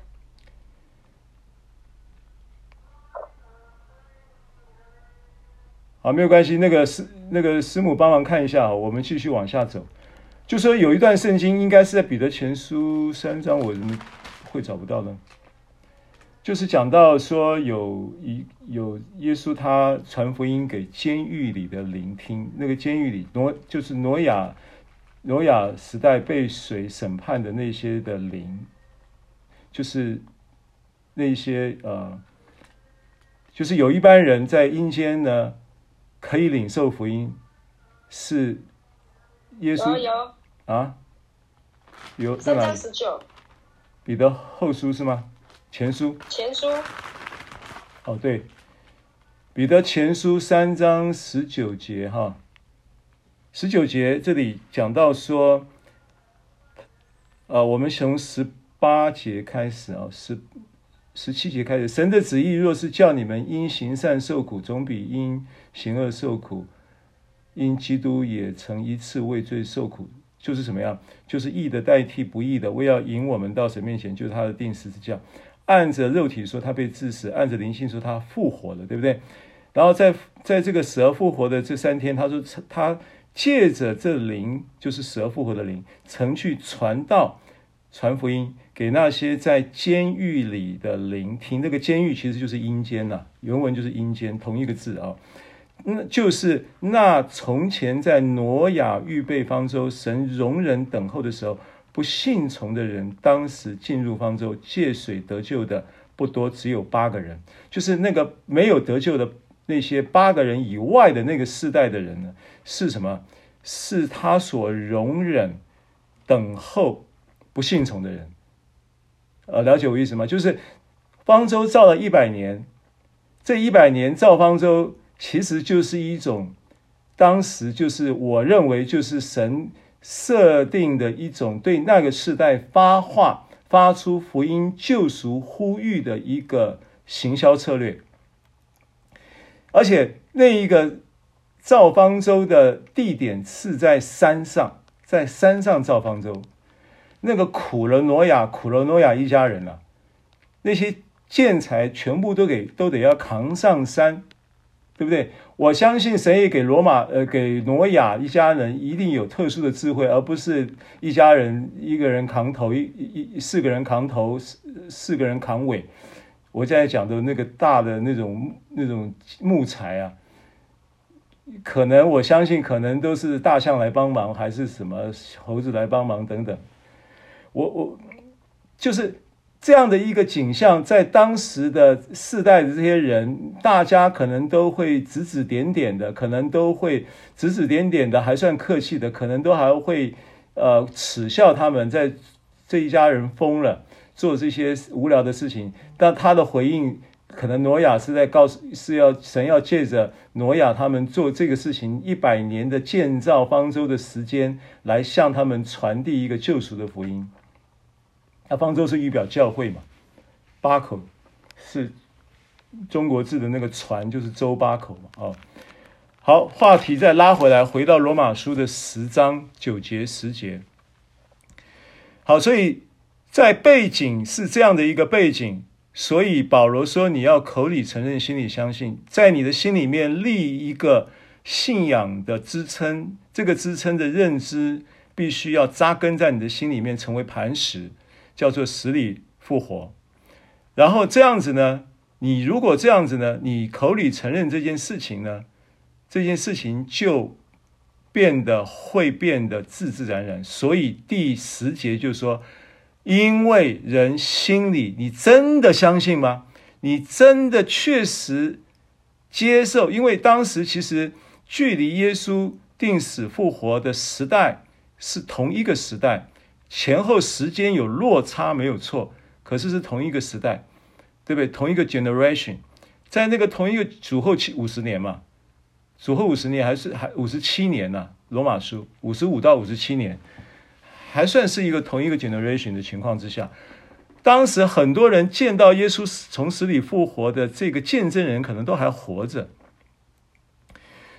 S1: 好，没有关系。那个师那个师母帮忙看一下，我们继续往下走。就说有一段圣经应该是在彼得前书三章，我怎么会找不到呢？就是讲到说有一有耶稣他传福音给监狱里的聆听，那个监狱里挪就是挪亚挪亚时代被水审判的那些的灵，就是那些呃，就是有一般人在阴间呢可以领受福音，是耶稣
S2: 有有
S1: 啊有
S2: 三章十九，
S1: 彼得后书是吗？前书，
S2: 前书，
S1: 哦对，彼得前书三章十九节哈，十九节这里讲到说，呃，我们从十八节开始啊，十十七节开始，神的旨意若是叫你们因行善受苦，总比因行恶受苦，因基督也曾一次为罪受苦，就是什么样？就是义的代替不义的，为要引我们到神面前，就是他的定十字架。按着肉体说他被治死，按着灵性说他复活了，对不对？然后在在这个死而复活的这三天，他说他借着这灵，就是死而复活的灵，曾去传道、传福音给那些在监狱里的灵听。那个监狱其实就是阴间呐、啊，原文就是阴间，同一个字啊。那就是那从前在挪亚预备方舟，神容忍等候的时候，不信从的人当时进入方舟，借水得救的不多，只有八个人。就是那个没有得救的那些八个人以外的那个世代的人呢，是什么？是他所容忍等候不信从的人。呃，了解我意思吗？就是方舟造了一百年，这一百年造方舟其实就是一种，当时就是我认为就是神设定的一种对那个世代发话、发出福音救赎呼吁的一个行销策略。而且那一个造方舟的地点是在山上，在山上造方舟。那个苦了挪亚，苦了挪亚一家人啊，那些建材全部都给都得要扛上山，对不对？我相信神也给罗马呃给挪亚一家人一定有特殊的智慧，而不是一家人一个人扛头，一一四个人扛头，四四个人扛尾。我现在讲的那个大的那种那种木材啊，可能我相信可能都是大象来帮忙，还是什么猴子来帮忙等等。我我就是这样的一个景象，在当时的世代的这些人，大家可能都会指指点点的，可能都会指指点点的，还算客气的，可能都还会呃耻笑他们在这一家人疯了，做这些无聊的事情。但他的回应，可能挪亚是在告诉，是要神要借着挪亚他们做这个事情一百年的建造方舟的时间，来向他们传递一个救赎的福音。那方舟是预表教会嘛，八口是中国字的那个船，就是舟八口嘛。哦，好，话题再拉回来，回到罗马书的十章九节十节。好，所以在背景是这样的一个背景，所以保罗说你要口里承认，心里相信，在你的心里面立一个信仰的支撑，这个支撑的认知必须要扎根在你的心里面，成为磐石，叫做死里复活。然后这样子呢，你如果这样子呢，你口里承认这件事情呢，这件事情就变得会变得自自然然。所以第十节就说，因为人心里，你真的相信吗？你真的确实接受？因为当时其实距离耶稣定死复活的时代是同一个时代，前后时间有落差没有错，可是是同一个时代，对不对？同一个 generation， 在那个同一个主后五十年嘛，主后五十年还是还五十七年呐、啊？罗马书五十五到五十七年，还算是一个同一个 generation 的情况之下，当时很多人见到耶稣从死里复活的这个见证人，可能都还活着。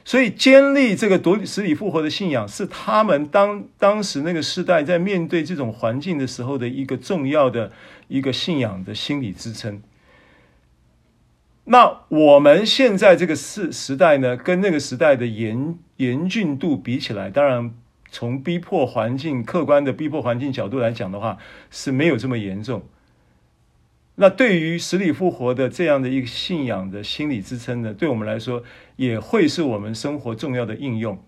S1: 所以坚立这个夺死里复活的信仰，是他们当当时那个时代在面对这种环境的时候的一个重要的一个信仰的心理支撑。那我们现在这个时时代呢，跟那个时代的严严峻度比起来，当然从逼迫环境、客观的逼迫环境角度来讲的话，是没有这么严重。那对于死里复活的这样的一个信仰的心理支撑呢，对我们来说也会是我们生活重要的应用。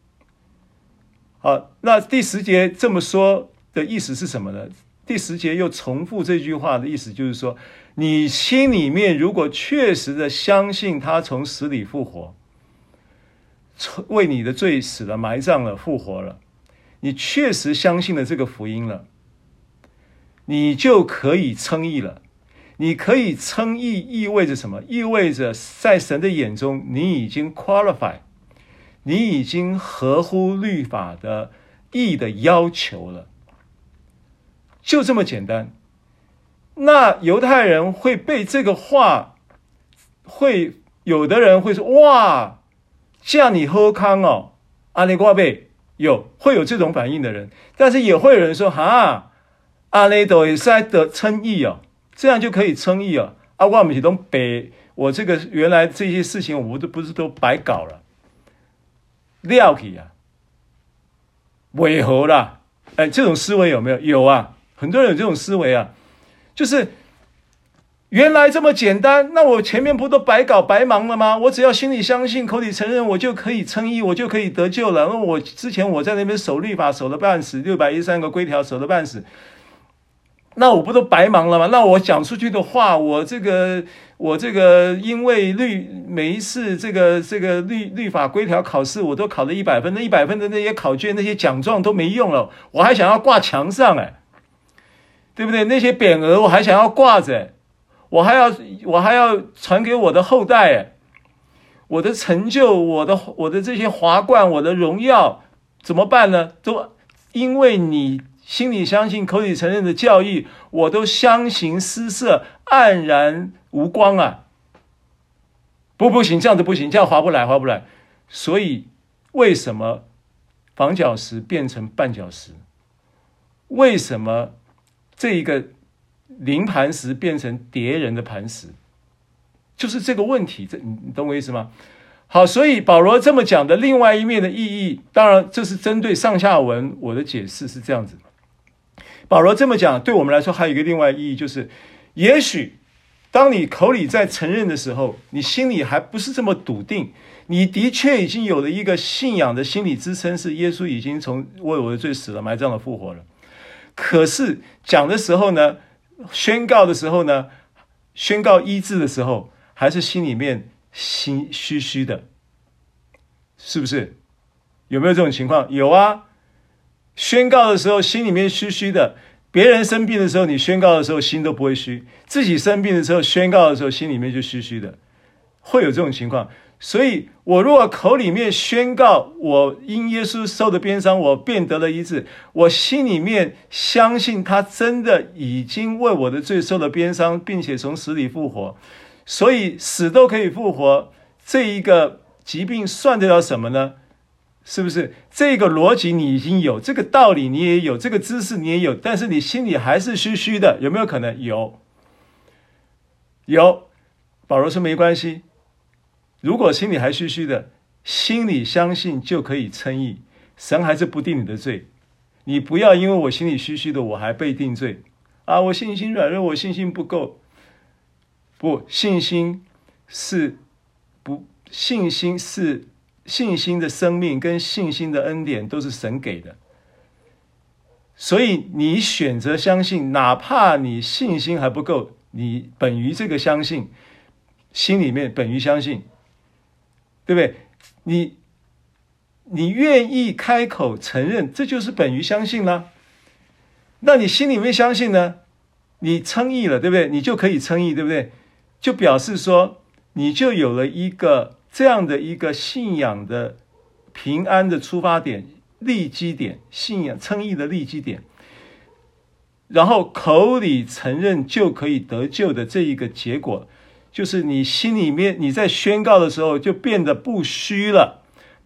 S1: 好，那第十节这么说的意思是什么呢？第十节又重复这句话的意思，就是说，你心里面如果确实的相信他从死里复活，为你的罪死了、埋葬了、复活了，你确实相信了这个福音了，你就可以称义了。你可以称义意味着什么？意味着在神的眼中，你已经 qualify， 你已经合乎律法的义的要求了，就这么简单。那犹太人会被这个话，会有的人会说：哇，这样你好康哦，阿内瓜贝有会有这种反应的人，但是也会有人说：哈，阿内都也是得称义哦。这样就可以称义了啊！我们都北，我这个原来这些事情，我都不是都白搞了，撂起啊，违和啦！哎，这种思维有没有？有啊，很多人有这种思维啊，就是原来这么简单，那我前面不都白搞白忙了吗？我只要心里相信，口里承认，我就可以称义，我就可以得救了。那我之前我在那边守律法，守了半死，六百一十三个规条守了半死。那我不都白忙了吗？那我讲出去的话，我这个我这个因为律每一次这个这个律律法规条考试，我都考了一百分，那一百分的那些考卷、那些奖状都没用了，我还想要挂墙上哎，对不对？那些匾额我还想要挂着，我还要我还要传给我的后代哎，我的成就、我的我的这些华冠、我的荣耀怎么办呢？都因为你心里相信、口里承认的教义，我都相形失色、黯然无光啊！不，不行，这样子不行，这样划不来，划不来。所以，为什么房角石变成绊脚石？为什么这个灵磐石变成跌人的磐石？就是这个问题，这你懂我意思吗？好，所以保罗这么讲的另外一面的意义，当然这是针对上下文，我的解释是这样子。保罗这么讲，对我们来说还有一个另外意义，就是也许当你口里在承认的时候，你心里还不是这么笃定，你的确已经有了一个信仰的心理支撑，是耶稣已经从为我的罪死了、埋葬了、复活了。可是讲的时候呢，宣告的时候呢，宣告医治的时候，还是心里面心虚虚的，是不是？有没有这种情况？有啊。宣告的时候心里面虚虚的，别人生病的时候你宣告的时候心都不会虚，自己生病的时候宣告的时候心里面就虚虚的，会有这种情况。所以我如果口里面宣告我因耶稣受的鞭伤我便得了医治，我心里面相信他真的已经为我的罪受了鞭伤，并且从死里复活，所以死都可以复活，这一个疾病算得了什么呢？是不是这个逻辑你已经有，这个道理你也有，这个知识你也有，但是你心里还是虚虚的，有没有可能？有，有。保罗说没关系，如果心里还虚虚的，心里相信就可以称义，神还是不定你的罪。你不要因为我心里虚虚的，我还被定罪啊！我信心软弱，我信心不够。不，信心是不信心是。信心的生命跟信心的恩典都是神给的，所以你选择相信，哪怕你信心还不够，你本于这个相信，心里面本于相信，对不对？你你愿意开口承认，这就是本于相信啦。那你心里面相信呢，你称义了，对不对？你就可以称义，对不对？就表示说，你就有了一个这样的一个信仰的平安的出发点、立基点，信仰称义的立基点，然后口里承认就可以得救的这一个结果，就是你心里面你在宣告的时候就变得不虚了，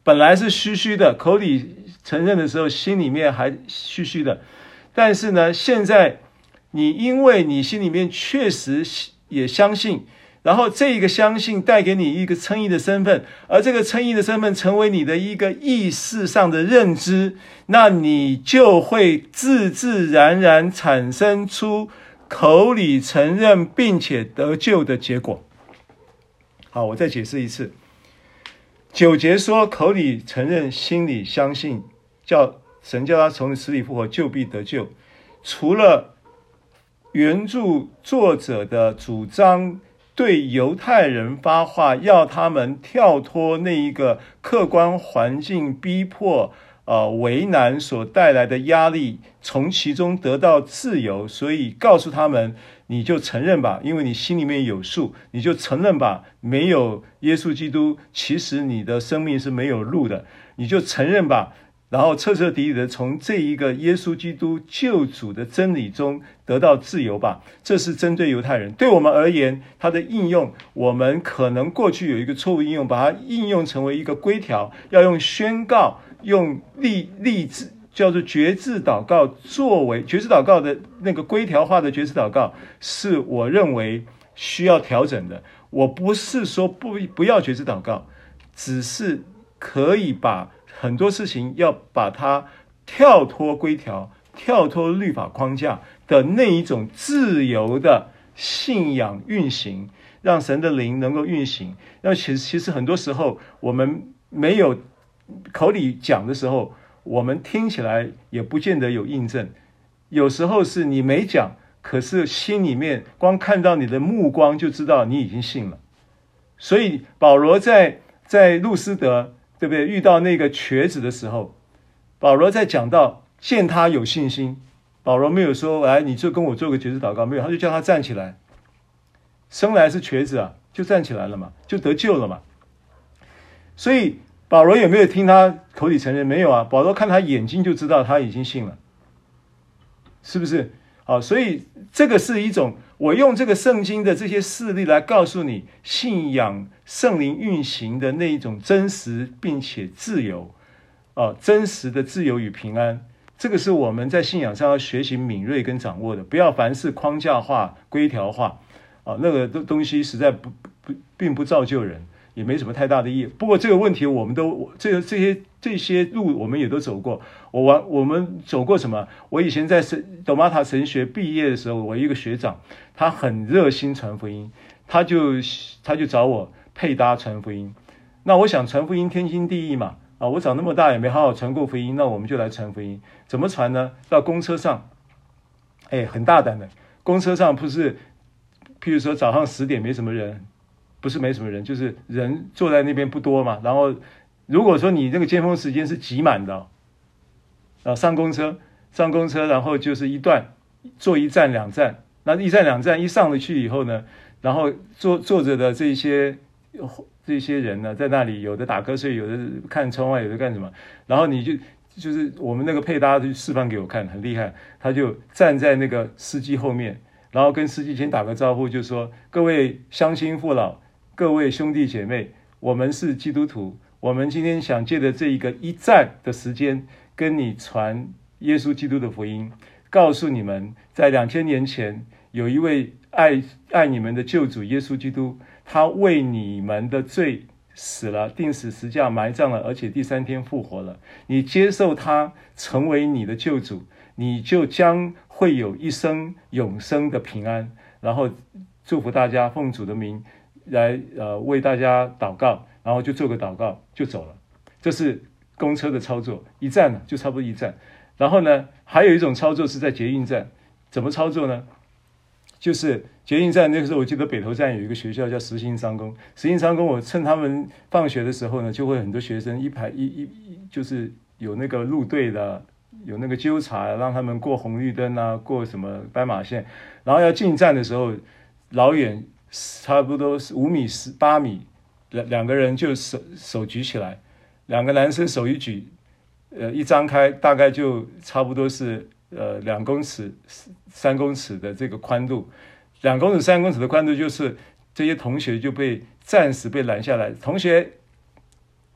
S1: 本来是虚虚的，口里承认的时候，心里面还虚虚的。但是呢，现在你因为你心里面确实也相信，然后这个相信带给你一个称义的身份，而这个称义的身份成为你的一个意识上的认知，那你就会自自然然产生出口里承认并且得救的结果。好，我再解释一次。九节说口里承认心里相信，叫神叫他从死里复活，就必得救。除了原著作者的主张对犹太人发话，要他们跳脱那一个客观环境逼迫、呃、为难所带来的压力，从其中得到自由，所以告诉他们，你就承认吧，因为你心里面有数，你就承认吧，没有耶稣基督，其实你的生命是没有路的，你就承认吧，然后彻彻底底的从这一个耶稣基督救主的真理中得到自由吧。这是针对犹太人。对我们而言，它的应用，我们可能过去有一个错误应用，把它应用成为一个规条，要用宣告，用立立志，叫做决志祷告作为决志祷告的那个规条化的决志祷告，是我认为需要调整的。我不是说不不要决志祷告，只是可以把很多事情要把它跳脱规条、跳脱律法框架的那一种自由的信仰运行，让神的灵能够运行。那其实其实很多时候我们没有口里讲的时候，我们听起来也不见得有印证。有时候是你没讲，可是心里面光看到你的目光就知道你已经信了。所以保罗在在路斯德，对不对？遇到那个瘸子的时候，保罗在讲到见他有信心，保罗没有说来你就跟我做个决志祷告，没有，他就叫他站起来。生来是瘸子啊，就站起来了嘛，就得救了嘛。所以保罗有没有听他口里承认？没有啊，保罗看他眼睛就知道他已经信了，是不是？好，所以这个是一种，我用这个圣经的这些事例来告诉你，信仰圣灵运行的那一种真实并且自由，啊，真实的自由与平安，这个是我们在信仰上要学习敏锐跟掌握的，不要凡事框架化、规条化，啊，那个东西实在不不并不造就人。也没什么太大的意义。不过这个问题我们都这这些这些路我们也都走过。我玩我们走过什么？我以前在神斗马塔神学毕业的时候，我一个学长他很热心传福音，他就他就找我配搭传福音。那我想传福音天经地义嘛，啊，我长那么大也没好好传过福音，那我们就来传福音。怎么传呢？到公车上，哎，很大胆的，公车上不是，譬如说早上十点没什么人。不是没什么人，就是人坐在那边不多嘛。然后，如果说你那个尖峰时间是挤满的，啊，上公车，上公车，然后就是一段，坐一站两站，那一站两站一上了去以后呢，然后坐坐着的这些这些人呢，在那里有的打瞌睡，有的看窗外，有的干什么，然后你就就是我们那个配搭就示范给我看，很厉害，他就站在那个司机后面，然后跟司机先打个招呼，就说各位乡亲父老。各位兄弟姐妹，我们是基督徒，我们今天想借着这一个一站的时间，跟你传耶稣基督的福音，告诉你们，在两千年前有一位爱爱你们的救主耶稣基督，他为你们的罪死了，钉死十字架埋葬了，而且第三天复活了。你接受他成为你的救主，你就将会有一生永生的平安。然后祝福大家，奉主的名。来呃为大家祷告，然后就做个祷告就走了。这是公车的操作，一站就差不多一站。然后呢，还有一种操作是在捷运站，怎么操作呢？就是捷运站那个时候，我记得北投站有一个学校叫实心商工，实心商工我趁他们放学的时候呢，就会很多学生一排一一就是有那个路队的，有那个纠察，让他们过红绿灯啊，过什么斑马线，然后要进站的时候，老远。差不多是五米十八米，两两个人就手手举起来，两个男生手一举，呃，一张开大概就差不多是呃两公尺、三公尺的这个宽度，两公尺、三公尺的宽度，就是这些同学就被暂时被拦下来。同学，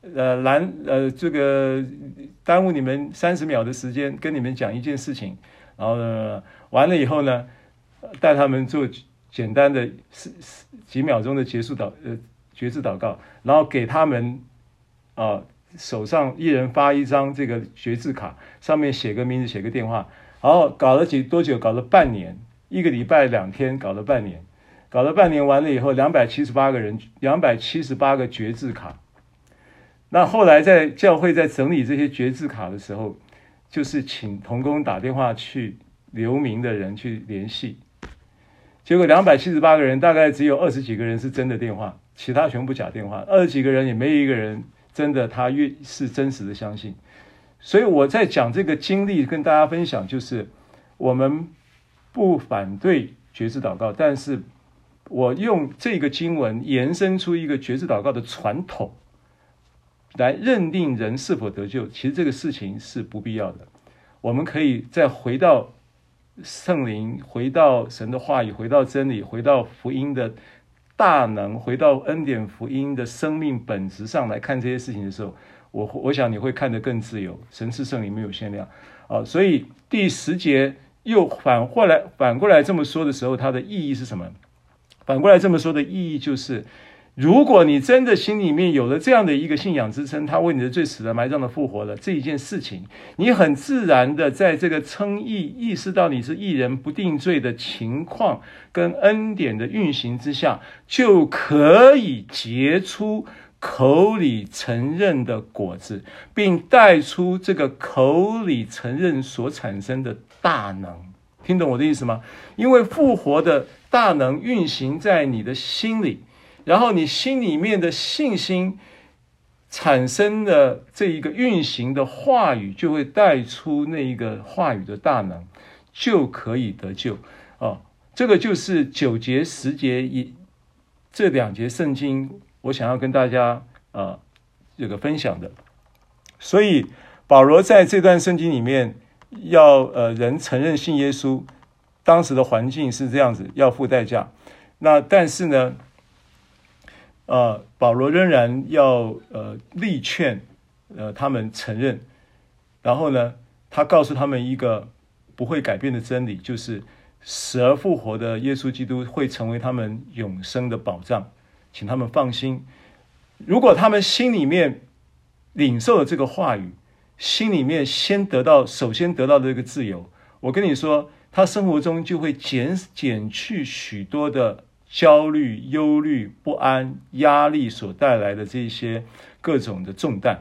S1: 呃拦呃这个耽误你们三十秒的时间，跟你们讲一件事情，然后呢完了以后呢，带他们做简单的几秒钟的结束祷呃决志祷告，然后给他们啊、呃、手上一人发一张这个决志卡，上面写个名字写个电话，然后搞了几多久？搞了半年，一个礼拜两天，搞了半年，搞了半年完了以后，两百七十八个人，两百七十八个决志卡。那后来在教会在整理这些决志卡的时候，就是请同工打电话去留名的人去联系，结果两百七十八个人大概只有二十几个人是真的电话，其他全部假电话，二十几个人也没有一个人真的他越是真实的相信。所以我在讲这个经历跟大家分享，就是我们不反对决志祷告，但是我用这个经文延伸出一个决志祷告的传统来认定人是否得救，其实这个事情是不必要的。我们可以再回到圣灵，回到神的话语，回到真理，回到福音的大能，回到恩典福音的生命本质上来看这些事情的时候，我我想你会看得更自由。神是圣灵，没有限量啊。所以第十节又反过来反过来这么说的时候，它的意义是什么？反过来这么说的意义就是，如果你真的心里面有了这样的一个信仰支撑，他为你的罪死了埋葬了复活了这一件事情，你很自然的在这个称义意识到你是义人不定罪的情况跟恩典的运行之下，就可以结出口里承认的果子，并带出这个口里承认所产生的大能。听懂我的意思吗？因为复活的大能运行在你的心里，然后你心里面的信心产生的这一个运行的话语，就会带出那一个话语的大能，就可以得救哦。这个就是九节十节一这两节圣经我想要跟大家呃这个分享的。所以保罗在这段圣经里面要呃人承认信耶稣，当时的环境是这样子，要付代价。那但是呢呃，保罗仍然要呃力劝呃他们承认，然后呢，他告诉他们一个不会改变的真理，就是死而复活的耶稣基督会成为他们永生的保障，请他们放心。如果他们心里面领受了这个话语，心里面先得到首先得到的这个自由，我跟你说，他生活中就会减减去许多的焦虑、忧虑、不安、压力所带来的这些各种的重担。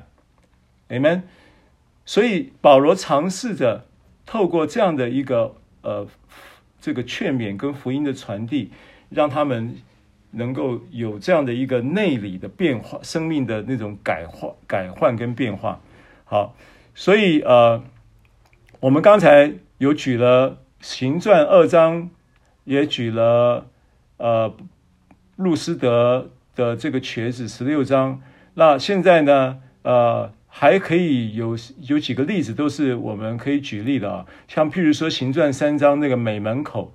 S1: Amen。 所以保罗尝试着透过这样的一个呃这个劝勉跟福音的传递，让他们能够有这样的一个内里的变化，生命的那种改换改换跟变化。好，所以呃我们刚才有举了行传二章，也举了呃，路斯德的这个瘸子十六章，那现在呢，呃，还可以有有几个例子都是我们可以举例的啊，像譬如说行传三章那个美门口，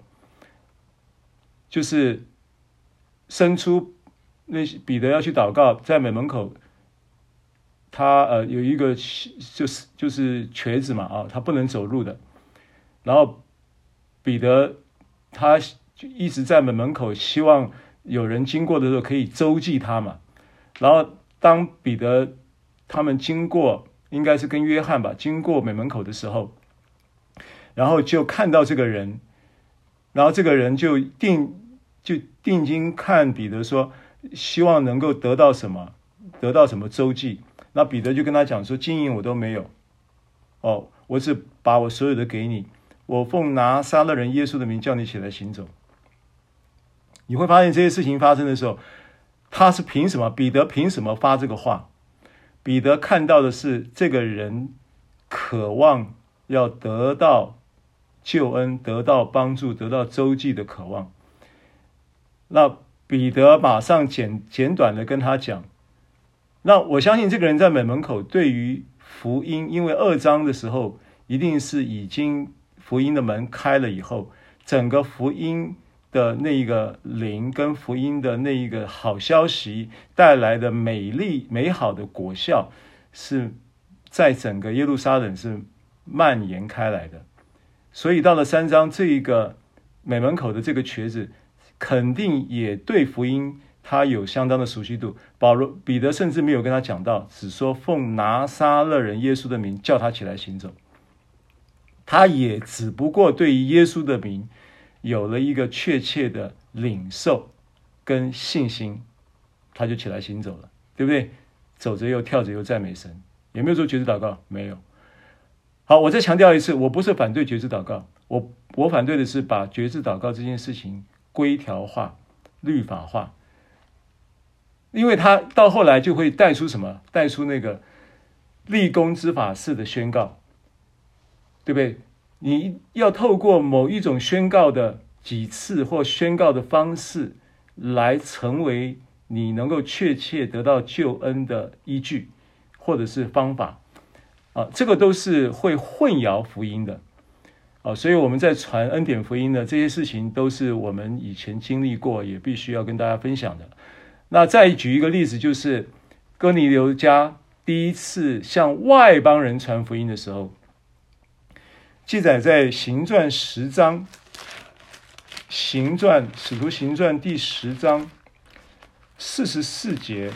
S1: 就是生出那彼得要去祷告，在美门口，他呃有一个就是就是瘸子嘛啊，他不能走路的，然后彼得他就一直在门门口，希望有人经过的时候可以周济他嘛。然后当彼得他们经过，应该是跟约翰吧，经过门门口的时候，然后就看到这个人，然后这个人就定就定睛看彼得说，希望能够得到什么，得到什么周济。那彼得就跟他讲说，金银我都没有，哦，我只把我所有的给你，我奉拿撒勒人耶稣的名叫你起来行走。你会发现这些事情发生的时候，他是凭什么？彼得凭什么发这个话？彼得看到的是这个人渴望要得到救恩，得到帮助，得到周济的渴望。那彼得马上简简短的跟他讲，那我相信这个人在门门口对于福音，因为二章的时候一定是已经福音的门开了以后，整个福音的那一个灵跟福音的那一个好消息带来的美丽美好的果效，是在整个耶路撒冷是蔓延开来的。所以到了三章，这一个美门口的这个瘸子肯定也对福音他有相当的熟悉度。保罗彼得甚至没有跟他讲到，只说奉拿撒勒人耶稣的名叫他起来行走。他也只不过对于耶稣的名有了一个确切的领受跟信心，他就起来行走了，对不对？走着又跳着又赞美神。有没有做决志祷告？没有。好，我再强调一次，我不是反对决志祷告，我我反对的是把决志祷告这件事情规条化、律法化，因为他到后来就会带出什么？带出那个立功之法式的宣告，对不对？你要透过某一种宣告的几次或宣告的方式，来成为你能够确切得到救恩的依据，或者是方法啊，这个都是会混淆福音的啊。所以我们在传恩典福音的这些事情，都是我们以前经历过，也必须要跟大家分享的。那再举一个例子，就是哥尼流家第一次向外邦人传福音的时候，记载在行传十章，行传使徒行传第十章四十四节，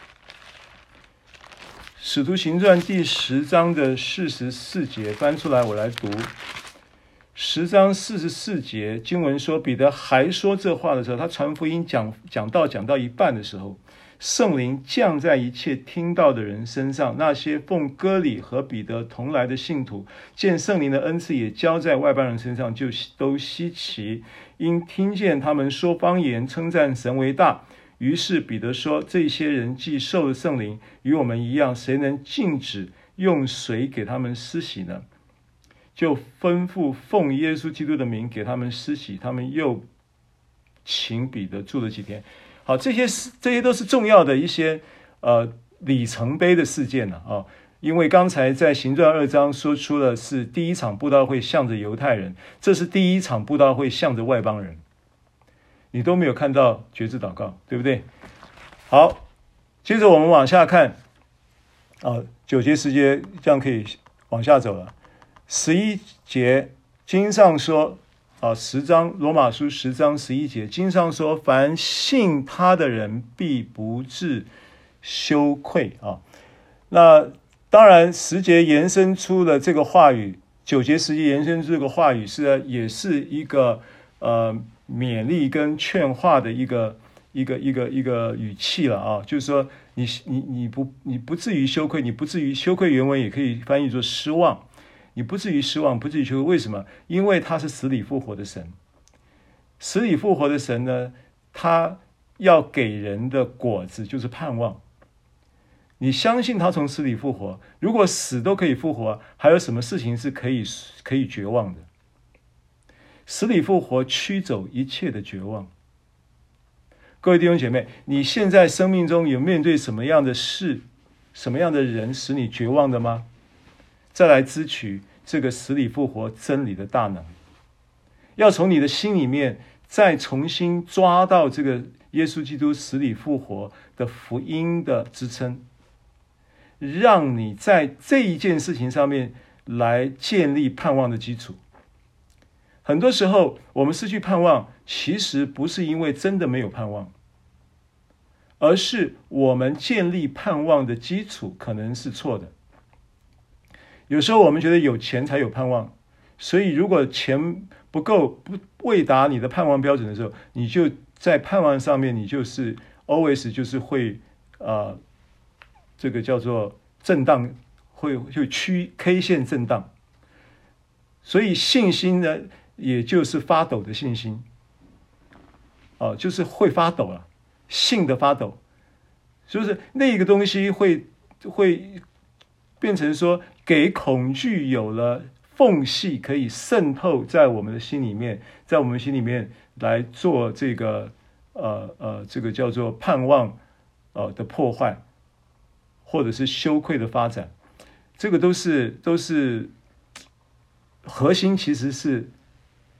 S1: 使徒行传第十章的四十四节，翻出来我来读。十章四十四节经文说，彼得还说这话的时候，他传福音讲讲道讲到一半的时候，圣灵降在一切听到的人身上，那些奉割礼和彼得同来的信徒，见圣灵的恩赐也交在外邦人身上，就都稀奇，因听见他们说方言，称赞神为大。于是彼得说，这些人既受了圣灵，与我们一样，谁能禁止用水给他们施洗呢？就吩咐奉耶稣基督的名给他们施洗，他们又请彼得住了几天。好，这些这些都是重要的一些呃里程碑的事件了啊。因为刚才在行传二章说出了是第一场布道会向着犹太人，这是第一场布道会向着外邦人，你都没有看到决志祷告，对不对？好，接着我们往下看啊，九节十节这样可以往下走了。十一节经上说啊，十章罗马书十章十一节经上说，凡信他的人必不致羞愧啊。那当然十节延伸出了这个话语，九节十节延伸出这个话语是也是一个呃勉励跟劝化的一个一个一个一个语气了啊，就是说你你你不你不至于羞愧，你不至于羞愧，原文也可以翻译作失望。你不至于失望，不至于羞愧，为什么？因为他是死里复活的神。死里复活的神呢，他要给人的果子就是盼望。你相信他从死里复活，如果死都可以复活，还有什么事情是可以可以绝望的？死里复活驱走一切的绝望。各位弟兄姐妹，你现在生命中有面对什么样的事、什么样的人使你绝望的吗？再来支取这个死里复活真理的大能，要从你的心里面再重新抓到这个耶稣基督死里复活的福音的支撑，让你在这一件事情上面来建立盼望的基础。很多时候我们失去盼望，其实不是因为真的没有盼望，而是我们建立盼望的基础可能是错的。有时候我们觉得有钱才有盼望，所以如果钱不够，不未达你的盼望标准的时候，你就在盼望上面，你就是 always 就是会呃，这个叫做震荡，会会趋 K 线震荡。所以信心呢，也就是发抖的信心，哦、呃，就是会发抖了，信的发抖，就是那个东西会会变成说，给恐惧有了缝隙，可以渗透在我们的心里面，在我们心里面来做这个呃呃这个叫做盼望呃的破坏，或者是羞愧的发展，这个都是都是核心，其实是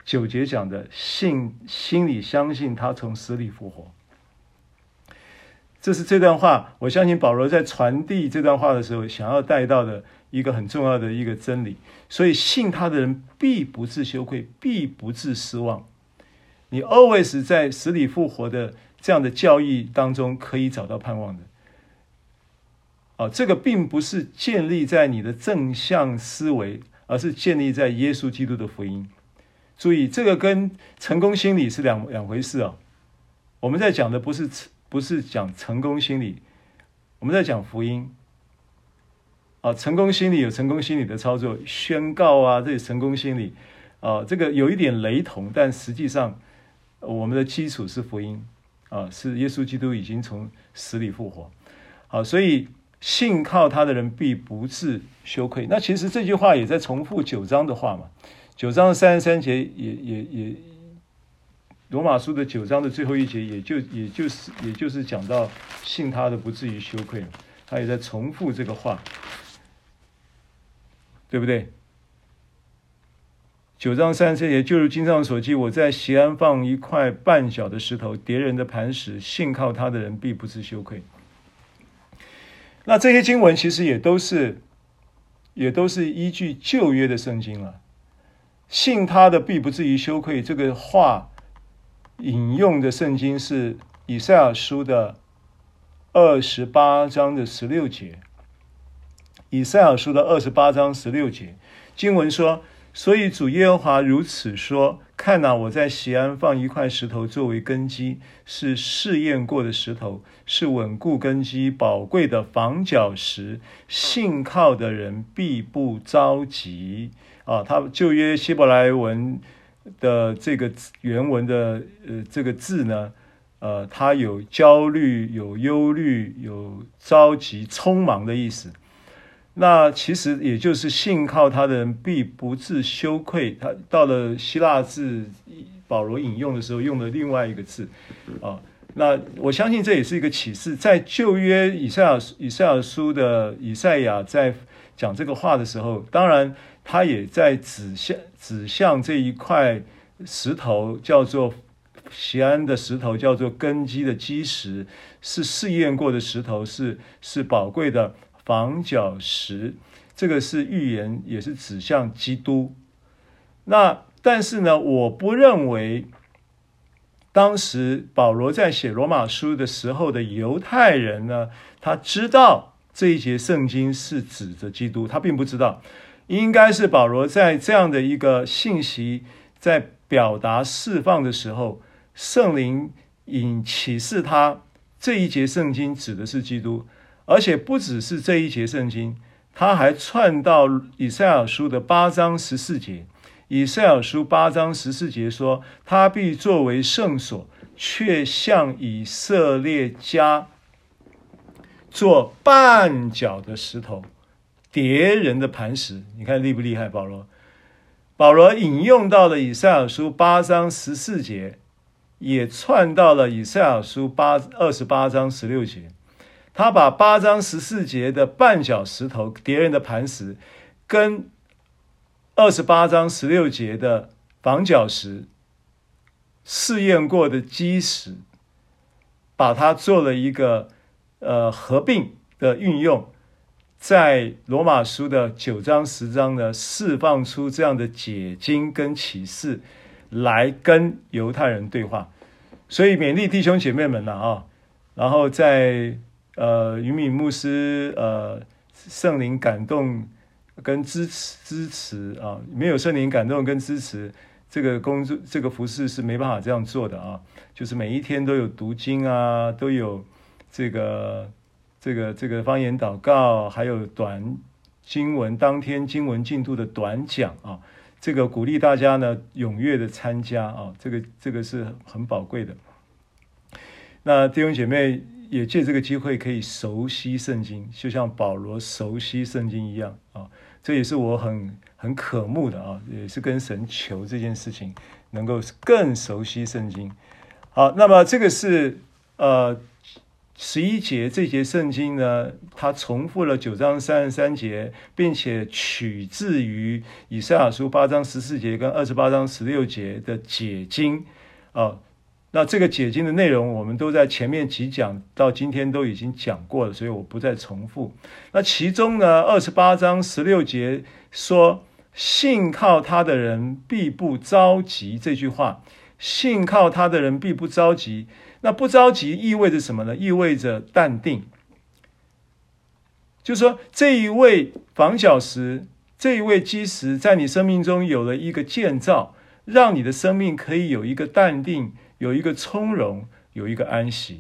S1: 九节讲的信，心里相信他从死里复活。这是这段话，我相信保罗在传递这段话的时候想要带到的一个很重要的一个真理。所以信他的人必不致羞愧，必不致失望。你 always 在死里复活的这样的教义当中可以找到盼望的。啊，这个并不是建立在你的正向思维，而是建立在耶稣基督的福音。注意，这个跟成功心理是两两回事啊。我们在讲的不是不是讲成功心理，我们在讲福音。啊，成功心理有成功心理的操作，宣告啊，这成功心理啊，这个有一点雷同，但实际上我们的基础是福音啊，是耶稣基督已经从死里复活。好，所以信靠他的人必不致羞愧。那其实这句话也在重复九章的话嘛，九章三十三节也也也，罗马书的九章的最后一节也就也就是也就是讲到信他的不至于羞愧，他也在重复这个话。对不对？九章三十节，就如经上所记，我在锡安放一块半小的石头，叠人的磐石，信靠他的人必不致羞愧。那这些经文其实也都是也都是依据旧约的圣经了。信他的必不至于羞愧，这个话引用的圣经是以赛亚书的二十八章的十六节。以赛亚书的二十八章十六节经文说，所以主耶和华如此说，看哪，我在锡安放一块石头作为根基，是试验过的石头，是稳固根基宝贵的房角石，信靠的人必不着急。啊，他旧约希伯来文的这个原文的呃这个字呢，呃，它有焦虑、有忧虑、有着急、匆忙的意思。那其实也就是信靠他的人必不致羞愧。他到了希腊字，保罗引用的时候用了另外一个字啊。那我相信这也是一个启示。在旧约以赛亚以赛亚书的以赛亚在讲这个话的时候，当然他也在指向指向这一块石头，叫做锡安的石头，叫做根基的基石，是试验过的石头，是是宝贵的房角石。这个是预言，也是指向基督。那但是呢，我不认为当时保罗在写罗马书的时候的犹太人呢，他知道这一节圣经是指着基督，他并不知道。应该是保罗在这样的一个信息在表达释放的时候，圣灵引启示他这一节圣经指的是基督。而且不只是这一节圣经，他还串到以赛亚书的八章十四节。以赛亚书八章十四节说，他必作为圣所，却向以色列家做绊脚的石头，叠人的磐石。你看厉不厉害？保罗保罗引用到了以赛亚书八章十四节，也串到了以赛亚书二十八章十六节。他把八章十四节的绊脚石头叠人的磐石跟二十八章十六节的房角石试验过的基石，把它做了一个呃合并的运用，在罗马书的九章十章呢，释放出这样的解经跟启示来跟犹太人对话。所以勉励弟兄姐妹们啊、哦、然后在呃，于敏牧师，呃，圣灵感动跟支持支持啊，没有圣灵感动跟支持，这个工作这个服事是没办法这样做的啊。就是每一天都有读经啊，都有这个这个这个方言祷告，还有短经文当天经文进度的短讲啊，这个鼓励大家呢踊跃的参加啊，这个这个是很宝贵的。那弟兄姐妹也借这个机会可以熟悉圣经，就像保罗熟悉圣经一样啊，这也是我很很渴慕的啊，也是跟神求这件事情能够更熟悉圣经。好，那么这个是呃十一节这节圣经呢，它重复了九章三十三节，并且取自于以赛亚书八章十四节跟二十八章十六节的解经啊。那这个解经的内容我们都在前面几讲到今天都已经讲过了，所以我不再重复。那其中呢，二十八章十六节说信靠他的人必不着急，这句话信靠他的人必不着急，那不着急意味着什么呢？意味着淡定，就是说这一位房角石，这一位基石在你生命中有了一个建造，让你的生命可以有一个淡定，有一个从容，有一个安息。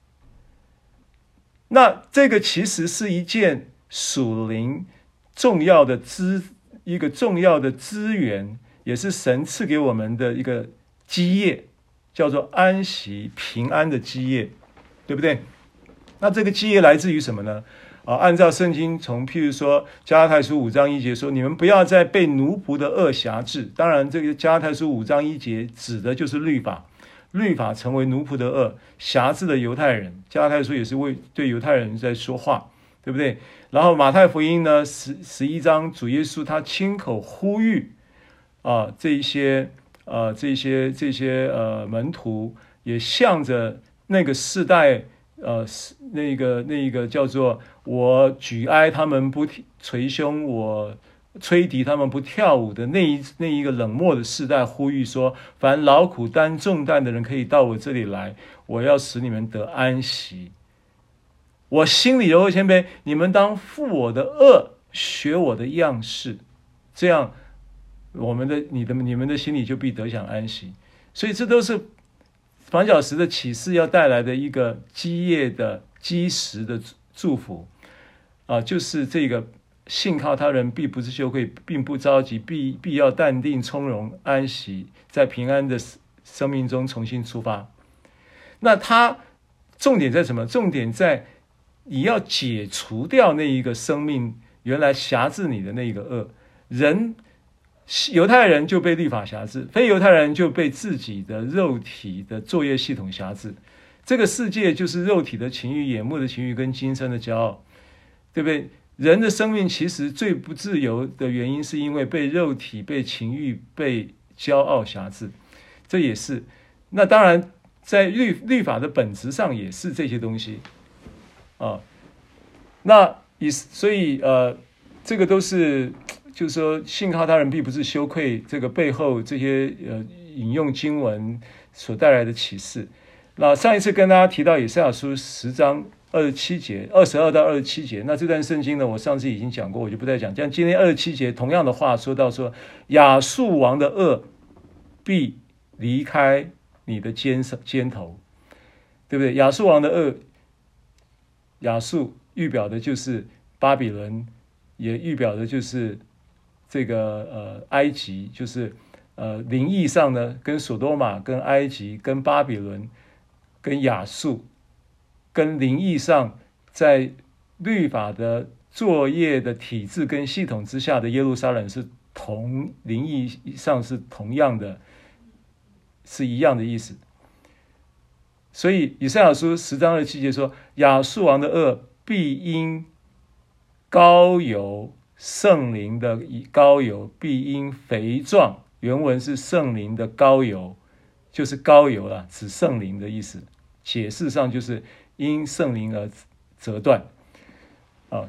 S1: 那这个其实是一件属灵重要的资一个重要的资源，也是神赐给我们的一个基业，叫做安息平安的基业，对不对？那这个基业来自于什么呢？啊，按照圣经从譬如说加拉太书五章一节说，你们不要再被奴仆的恶辖制。当然这个加拉太书五章一节指的就是律法，律法成为奴仆的恶，辖制的犹太人。加拉太书也是为对犹太人在说话，对不对？然后马太福音呢，十十一章，主耶稣他亲口呼吁啊，这一些呃这些这些呃门徒也向着那个世代呃那个那个叫做我举哀他们不捶胸，我吹笛他们不跳舞的那一那一个冷漠的世代呼吁说，凡劳苦担重担的人可以到我这里来，我要使你们得安息。我心里柔和谦卑，你们当负我的恶，学我的样式，这样我们的你的你们的心里就必得享安息。所以这都是房角石的启示要带来的一个基业的基石的祝福啊，就是这个信靠他人必不是羞愧，并不着急，必必要淡定从容安息，在平安的生命中重新出发。那它重点在什么？重点在你要解除掉那一个生命原来辖制你的那一个恶。人犹太人就被律法辖制，非犹太人就被自己的肉体的作业系统辖制。这个世界就是肉体的情欲、眼目的情欲跟今生的骄傲，对不对？人的生命其实最不自由的原因是因为被肉体、被情欲、被骄傲辖制，这也是。那当然在 律, 律法的本质上也是这些东西啊。那所以呃，这个都是就是说信靠他人必不是羞愧，这个背后这些呃引用经文所带来的启示。那上一次跟大家提到以赛亚书十章二十七节，二十二到二十七节，那这段圣经呢，我上次已经讲过，我就不再讲。像今天二十七节同样的话说到说，亚述王的恶必离开你的肩肩头，对不对？亚述王的恶，亚述预表的就是巴比伦，也预表的就是这个呃埃及，就是呃灵异上呢，跟所多玛、跟埃及、跟巴比伦、跟亚述，跟灵异上在律法的作业的体制跟系统之下的耶路撒冷是同灵异上是同样的，是一样的意思。所以以赛亚书十章二十七节说，亚述王的恶必因膏油，圣灵的膏油必因肥壮，原文是圣灵的膏油，就是膏油啦，指圣灵的意思。解释上就是因圣灵而折断啊。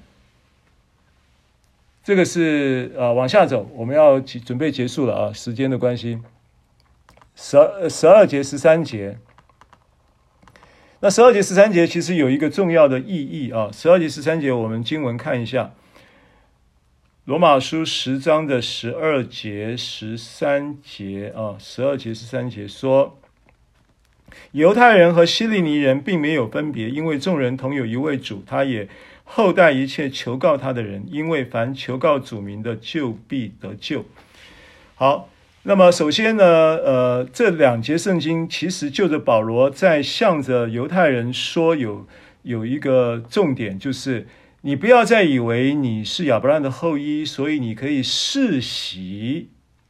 S1: 这个是啊，往下走，我们要准备结束了啊，时间的关系。十二十二节十三节，那十二节十三节其实有一个重要的意义啊。十二节十三节我们经文看一下，罗马书十章的十二节十三节啊，十二节十三节说，犹太人和希利尼人并没有分别，因为众人同有一位主，他也厚待一切求告他的人，因为凡求告主名的就必得救。好，那么首先呢，呃，这两节圣经其实就着保罗在向着犹太人说有有一个重点，就是你不要再以为你是亚伯拉罕的后裔，所以你可以世袭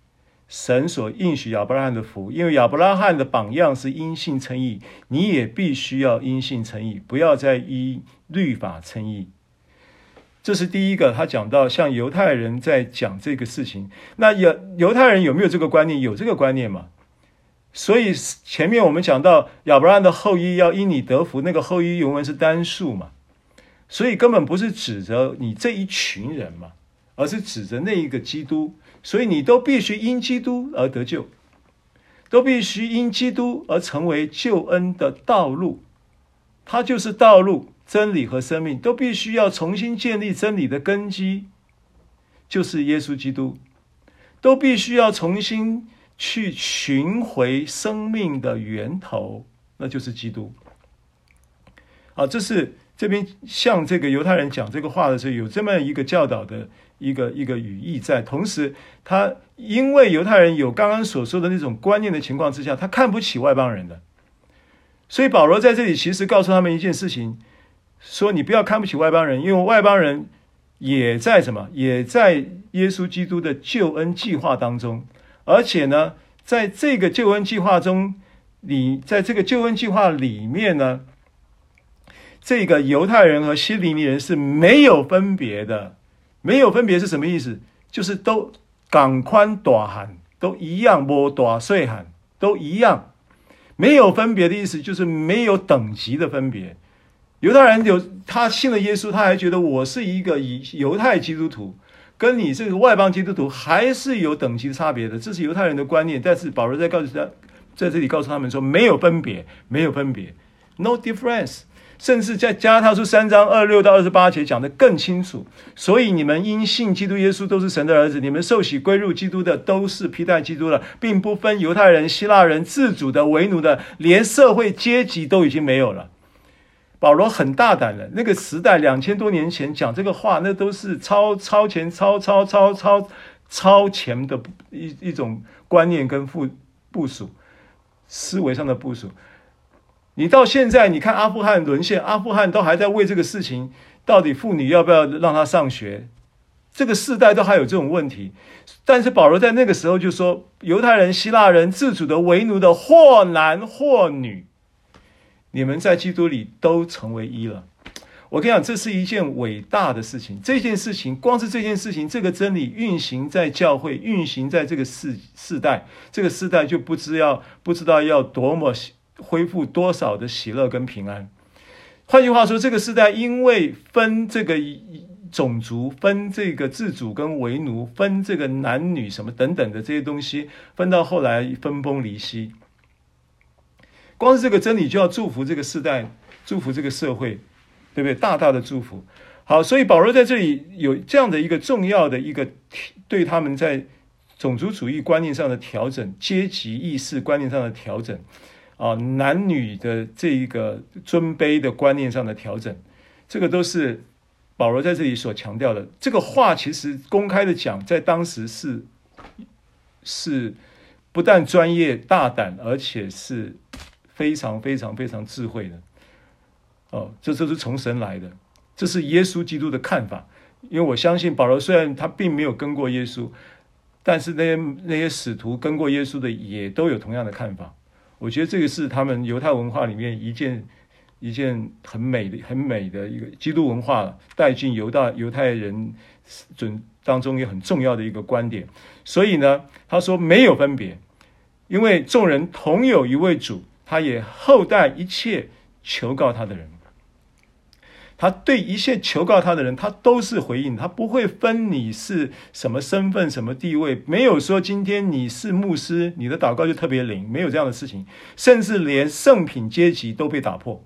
S1: 神所应许亚伯拉罕的福，因为亚伯拉罕的榜样是因信称义，你也必须要因信称义，不要再依律法称义。这是第一个，他讲到像犹太人在讲这个事情，那犹犹太人有没有这个观念？有这个观念嘛？所以前面我们讲到亚伯拉罕的后裔要因你得福，那个后裔原文是单数嘛，所以根本不是指着你这一群人嘛，而是指着那一个基督，所以你都必须因基督而得救，都必须因基督而成为救恩的道路，它就是道路、真理和生命，都必须要重新建立真理的根基，就是耶稣基督，都必须要重新去寻回生命的源头，那就是基督。好，这是这边向这个犹太人讲这个话的时候，有这么一个教导的一个一个语义在。同时，他因为犹太人有刚刚所说的那种观念的情况之下，他看不起外邦人的，所以保罗在这里其实告诉他们一件事情，说你不要看不起外邦人，因为外邦人也在什么？也在耶稣基督的救恩计划当中。而且呢，在这个救恩计划中，你在这个救恩计划里面呢，这个犹太人和希利尼人是没有分别的。没有分别是什么意思？就是都同款大汉，都一样，没大小汉，都一样。没有分别的意思就是没有等级的分别。犹太人有他信了耶稣，他还觉得我是一个犹太基督徒，跟你这个外邦基督徒还是有等级差别的，这是犹太人的观念。但是保罗在告诉他，在这里告诉他们说，没有分别，没有分别 ，no difference。甚至在加拉太书三章二十六到二十八节讲得更清楚。所以你们因信基督耶稣都是神的儿子，你们受洗归入基督的都是披戴基督了，并不分犹太人、希腊人、自主的、为奴的，连社会阶级都已经没有了。保罗很大胆了，那个时代两千多年前讲这个话，那都是超超前、超超超超超前的一一种观念跟部署，思维上的部署。你到现在，你看阿富汗沦陷，阿富汗都还在为这个事情，到底妇女要不要让她上学，这个世代都还有这种问题。但是保罗在那个时候就说，犹太人、希腊人、自主的、为奴的，或男或女，你们在基督里都成为一了。我跟你讲，这是一件伟大的事情。这件事情，光是这件事情，这个真理运行在教会，运行在这个世世代，这个世代就不知要不知道要多么恢复多少的喜乐跟平安。换句话说，这个世代因为分这个种族，分这个自主跟为奴，分这个男女什么等等的这些东西，分到后来分崩离析。光是这个真理就要祝福这个世代，祝福这个社会，对不对？大大的祝福。好，所以保罗在这里有这样的一个重要的一个对他们在种族主义观念上的调整，阶级意识观念上的调整，啊，男女的这一个尊卑的观念上的调整，这个都是保罗在这里所强调的。这个话其实公开的讲，在当时是是不但专业大胆，而且是非常非常非常智慧的。哦，这都是从神来的，这是耶稣基督的看法。因为我相信保罗虽然他并没有跟过耶稣，但是那些那些使徒跟过耶稣的也都有同样的看法。我觉得这个是他们犹太文化里面一件一件很美的很美的一个基督文化带进犹大犹太人准当中也很重要的一个观点。所以呢，他说没有分别，因为众人同有一位主，他也厚待一切求告他的人。他对一切求告他的人，他都是回应，他不会分你是什么身份、什么地位，没有说今天你是牧师，你的祷告就特别灵，没有这样的事情，甚至连圣品阶级都被打破。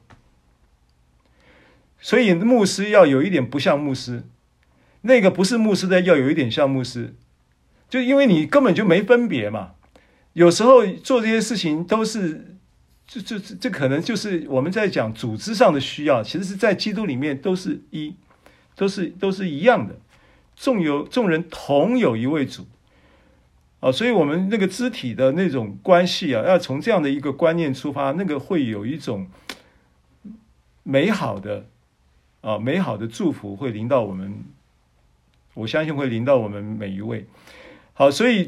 S1: 所以牧师要有一点不像牧师，那个不是牧师的要有一点像牧师，就因为你根本就没分别嘛。有时候做这些事情都是。这这这可能就是我们在讲组织上的需要，其实是在基督里面都是一，都是都是一样的，众有众人同有一位主，啊，所以我们那个肢体的那种关系啊，要从这样的一个观念出发，那个会有一种美好的啊美好的祝福会临到我们，我相信会临到我们每一位。好，所以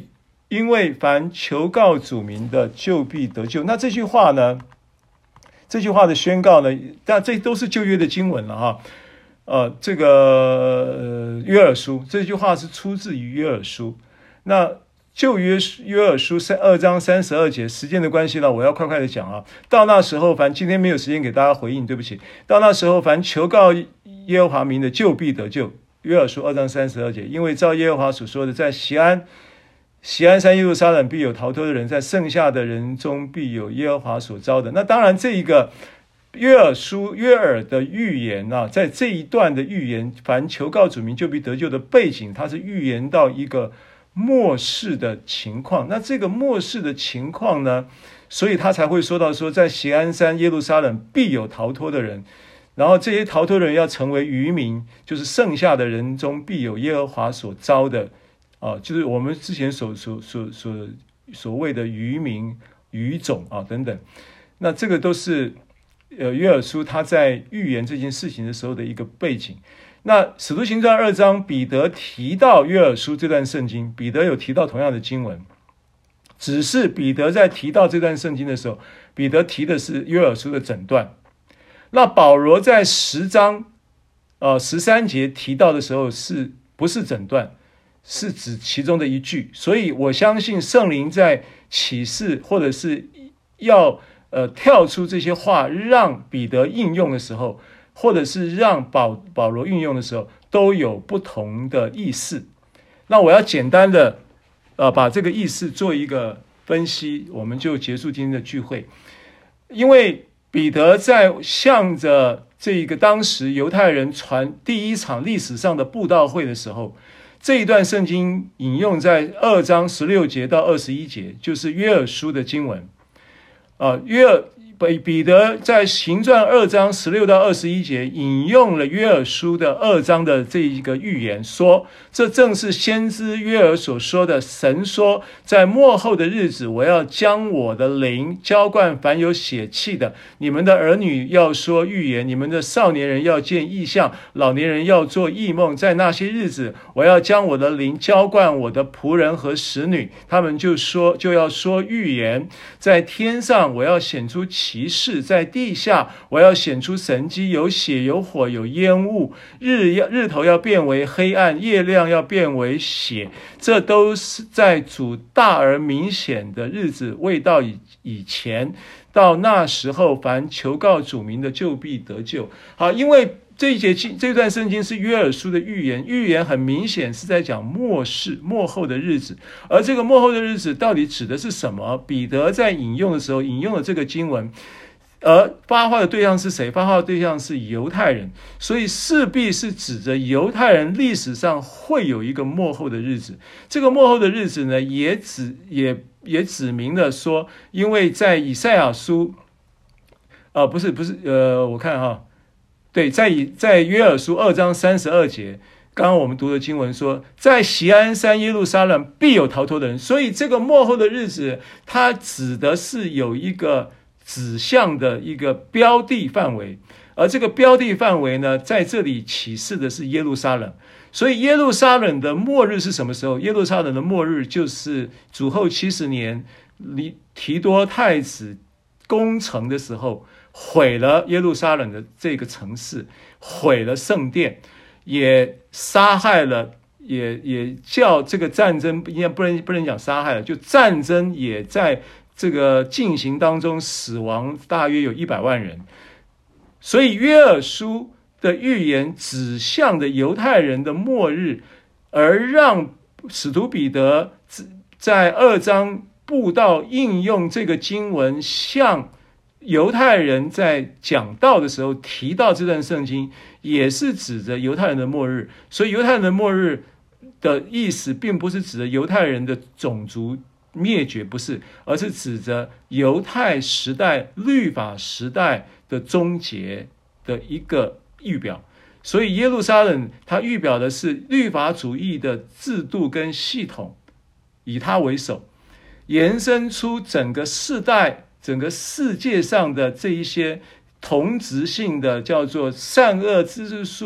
S1: 因为凡求告主名的，就必得救。那这句话呢？这句话的宣告呢？但这都是旧约的经文了哈。呃，这个、呃、约珥书这句话是出自于约珥书。那旧约约珥书二章三十二节，时间的关系呢，我要快快的讲啊。到那时候，凡今天没有时间给大家回应，对不起。到那时候，凡求告耶和华名的，就必得救。约珥书二章三十二节，因为照耶和华所说的，在锡安。锡安山耶路撒冷必有逃脱的人，在剩下的人中必有耶和华所召的。那当然，这一个约珥书约珥的预言啊，在这一段的预言，凡求告主名就必得救的背景，它是预言到一个末世的情况。那这个末世的情况呢，所以他才会说到说，在锡安山耶路撒冷必有逃脱的人，然后这些逃脱的人要成为余民，就是剩下的人中必有耶和华所召的。啊，就是我们之前所所所所所谓的渔民、渔种啊等等，那这个都是呃约珥书他在预言这件事情的时候的一个背景。那使徒行传二章，彼得提到约珥书这段圣经，彼得有提到同样的经文，只是彼得在提到这段圣经的时候，彼得提的是约珥书的整段。那保罗在十章呃十三节提到的时候，是不是整段？是指其中的一句。所以我相信圣灵在启示或者是要呃跳出这些话让彼得应用的时候，或者是让保保罗运用的时候，都有不同的意思。那我要简单的呃把这个意思做一个分析，我们就结束今天的聚会。因为彼得在向着这一个当时犹太人传第一场历史上的布道会的时候，这一段圣经引用在二章十六节到二十一节，就是约珥书的经文。呃，约珥彼得在行传二章十六到二十一节引用了约珥书的二章的这一个预言，说这正是先知约珥所说的。神说，在末后的日子，我要将我的灵浇灌凡有血气的，你们的儿女要说预言，你们的少年人要见异象，老年人要做异梦。在那些日子，我要将我的灵浇灌我的仆人和使女，他们就说就要说预言。在天上，我要显出奇事，在地下我要显出神迹，有血有火有烟雾，日要日头要变为黑暗，月亮要变为血，这都是在主大而明显的日子未到以以前。到那时候，凡求告主名的，就必得救。好，因为这一节这段圣经是约珥书的预言，预言很明显是在讲末世末后的日子。而这个末后的日子到底指的是什么？彼得在引用的时候引用了这个经文，而发话的对象是谁？发话的对象是犹太人，所以势必是指着犹太人历史上会有一个末后的日子。这个末后的日子呢，也指也也指明了说，因为在以赛亚书，呃，不是不是，呃，我看哈。对，在在约珥书二章三十二节，刚刚我们读的经文说，在锡安山耶路撒冷必有逃脱的人。所以这个末后的日子，它指的是有一个指向的一个标的范围，而这个标的范围呢，在这里启示的是耶路撒冷。所以耶路撒冷的末日是什么时候？耶路撒冷的末日就是主后七十年，提多太子攻城的时候，毁了耶路撒冷的这个城市，毁了圣殿，也杀害了，也也叫这个战争，应该不能不能讲杀害了，就战争也在这个进行当中，死亡大约有一百万人。所以约珥书的预言指向的犹太人的末日，而让使徒彼得在二章布道应用这个经文，向犹太人在讲道的时候提到这段圣经，也是指着犹太人的末日。所以犹太人的末日的意思并不是指着犹太人的种族灭绝，不是，而是指着犹太时代律法时代的终结的一个预表。所以耶路撒冷它预表的是律法主义的制度跟系统，以它为首，延伸出整个世代整个世界上的这一些同质性的叫做善恶之树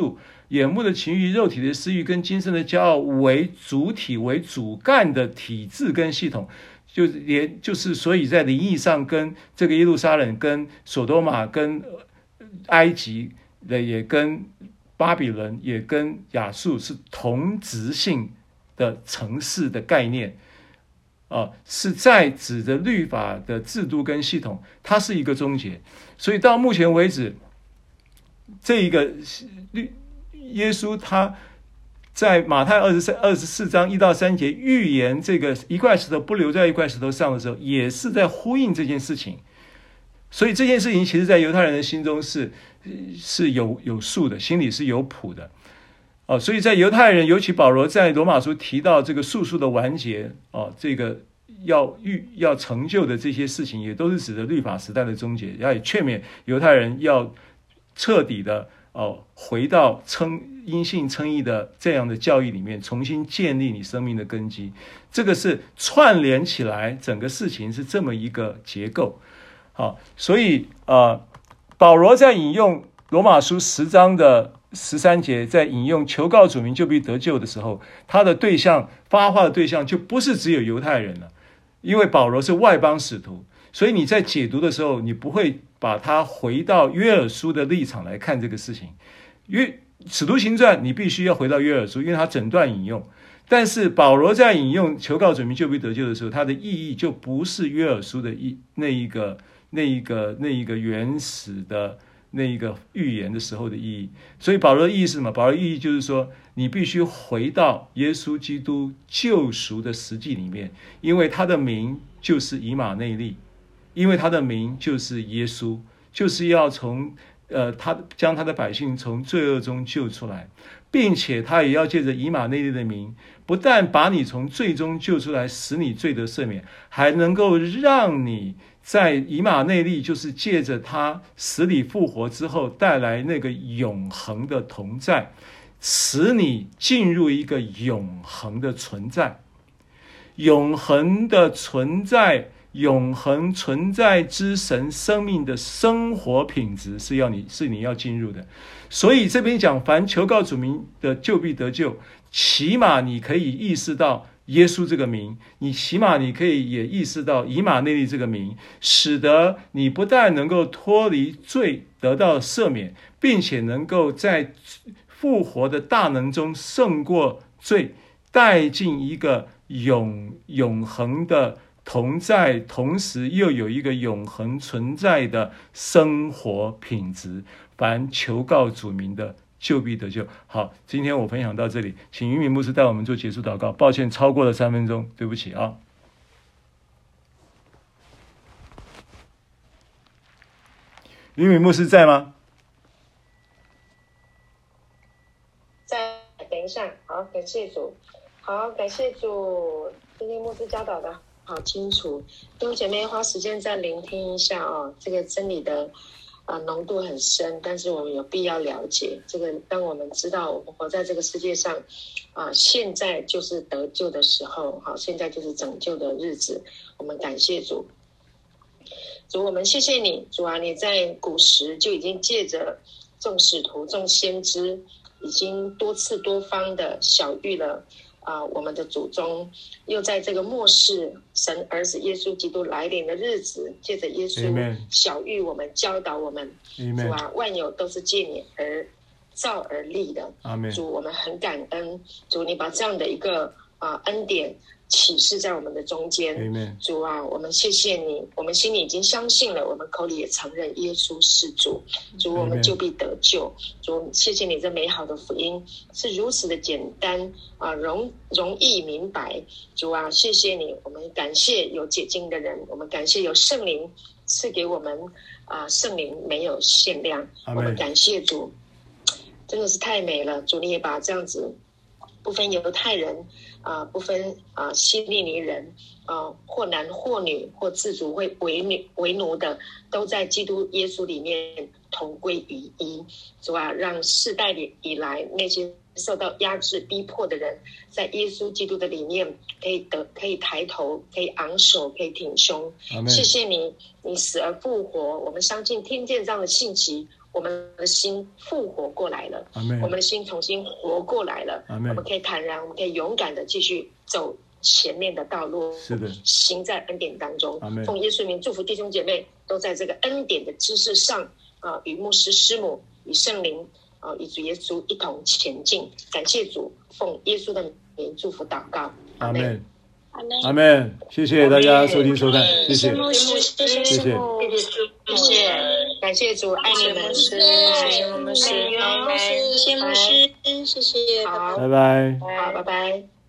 S1: 眼目的情欲、肉体的私欲跟今生的骄傲为主体为主干的体制跟系统，就连就是所以在灵意上跟这个耶路撒冷、跟所多玛、跟埃及的也跟巴比伦也跟亚述是同质性的城市的概念。啊，是在指的律法的制度跟系统，它是一个终结。所以到目前为止，这一个律耶稣他在马太二十三二十四章一到三节预言这个一块石头不留在一块石头上的时候，也是在呼应这件事情。所以这件事情其实在犹太人的心中是是有有数的，心里是有谱的。哦，所以在犹太人，尤其保罗在罗马书提到这个数数的完结，哦，这个要预要成就的这些事情，也都是指的律法时代的终结，要劝勉犹太人要彻底的哦回到称因信称义的这样的教义里面，重新建立你生命的根基。这个是串联起来，整个事情是这么一个结构。好，所以呃，保罗在引用罗马书十章的十三节，在引用求告主名就必得救的时候，他的对象发话的对象就不是只有犹太人了，因为保罗是外邦使徒，所以你在解读的时候，你不会把它回到约珥书的立场来看这个事情。约使徒行传你必须要回到约珥书，因为他整段引用，但是保罗在引用求告主名就必得救的时候，它的意义就不是约珥书的意那一个那一个那一个原始的那一个预言的时候的意义。所以保罗的意义是什么？保罗的意义就是说，你必须回到耶稣基督救赎的实际里面，因为他的名就是以马内利，因为他的名就是耶稣，就是要从呃他将他的百姓从罪恶中救出来，并且他也要借着以马内利的名，不但把你从罪中救出来，使你罪得赦免，还能够让你在以马内利，就是借着他死里复活之后带来那个永恒的同在，使你进入一个永恒的存在。永恒的存在，永恒存在之神生命的生活品质是要你是你要进入的。所以这边讲凡求告主名的就必得救，起码你可以意识到耶稣这个名，你起码你可以也意识到以马内利这个名，使得你不但能够脱离罪得到赦免，并且能够在复活的大能中胜过罪，带进一个永永恒的同在，同时又有一个永恒存在的生活品质。凡求告主名的就必得救。好，今天我分享到这里，请云敏牧师带我们做结束祷告。抱歉超过了三分钟，对不起啊。云敏牧师在吗？
S2: 在，等一下。好，感谢主。好，感谢主。今天牧师教导的好清楚，弟兄姐妹花时间再聆听一下哦，这个真理的啊，浓度很深，但是我们有必要了解这个。当我们知道我们活在这个世界上，啊，现在就是得救的时候，好，现在就是拯救的日子。我们感谢主，主，我们谢谢你，主啊，你在古时就已经借着众使徒、众先知，已经多次多方的晓谕了。啊，我们的祖宗又在这个末世，神儿子耶稣基督来临的日子，借着耶稣晓谕我们，教导我们。主啊，万有都是借你而造而立的。主，我们很感恩，主，你把这样的一个啊恩典启示在我们的中间。主啊，我们谢谢你，我们心里已经相信了，我们口里也承认耶稣是主。主，我们就必得救。主，谢谢你这美好的福音是如此的简单啊，容容易明白。主啊，谢谢你，我们感谢有解经的人，我们感谢有圣灵赐给我们啊，圣灵没有限量。我们感谢主，真的是太美了。主，你也把这样子不分犹太人啊、呃，不分啊、呃、希利尼人啊、呃，或男或女，或自主会为女为奴的，都在基督耶稣里面同归于一。主啊，让世代里以来那些受到压制逼迫的人，在耶稣基督的里面可以得可以抬头，可以昂首，可以挺胸。谢谢你，你死而复活，我们相信听见这样的信息， 我们的心复活过来了，
S1: 阿们，
S2: 我们的心重新活过来了，
S1: 阿们，
S2: 我们可以坦然，我们可以勇敢的继续走前面的道路，
S1: 是的，
S2: 行在恩典当中。
S1: 阿们，
S2: 奉耶稣名祝福弟兄姐妹都在这个恩典的知识上啊，与牧师师母与圣灵啊，与主耶稣一同前进。感谢主，奉耶稣的名祝福祷告，
S1: 阿们。
S3: 阿们，
S1: 阿们，谢谢大家收听收看，谢谢，
S3: 牧师，谢谢
S1: 谢谢，
S2: 谢谢，感谢主，爱你们，
S3: 谢谢牧师，谢谢牧师，谢谢，
S2: 好，
S1: 拜拜，
S2: 好，拜拜。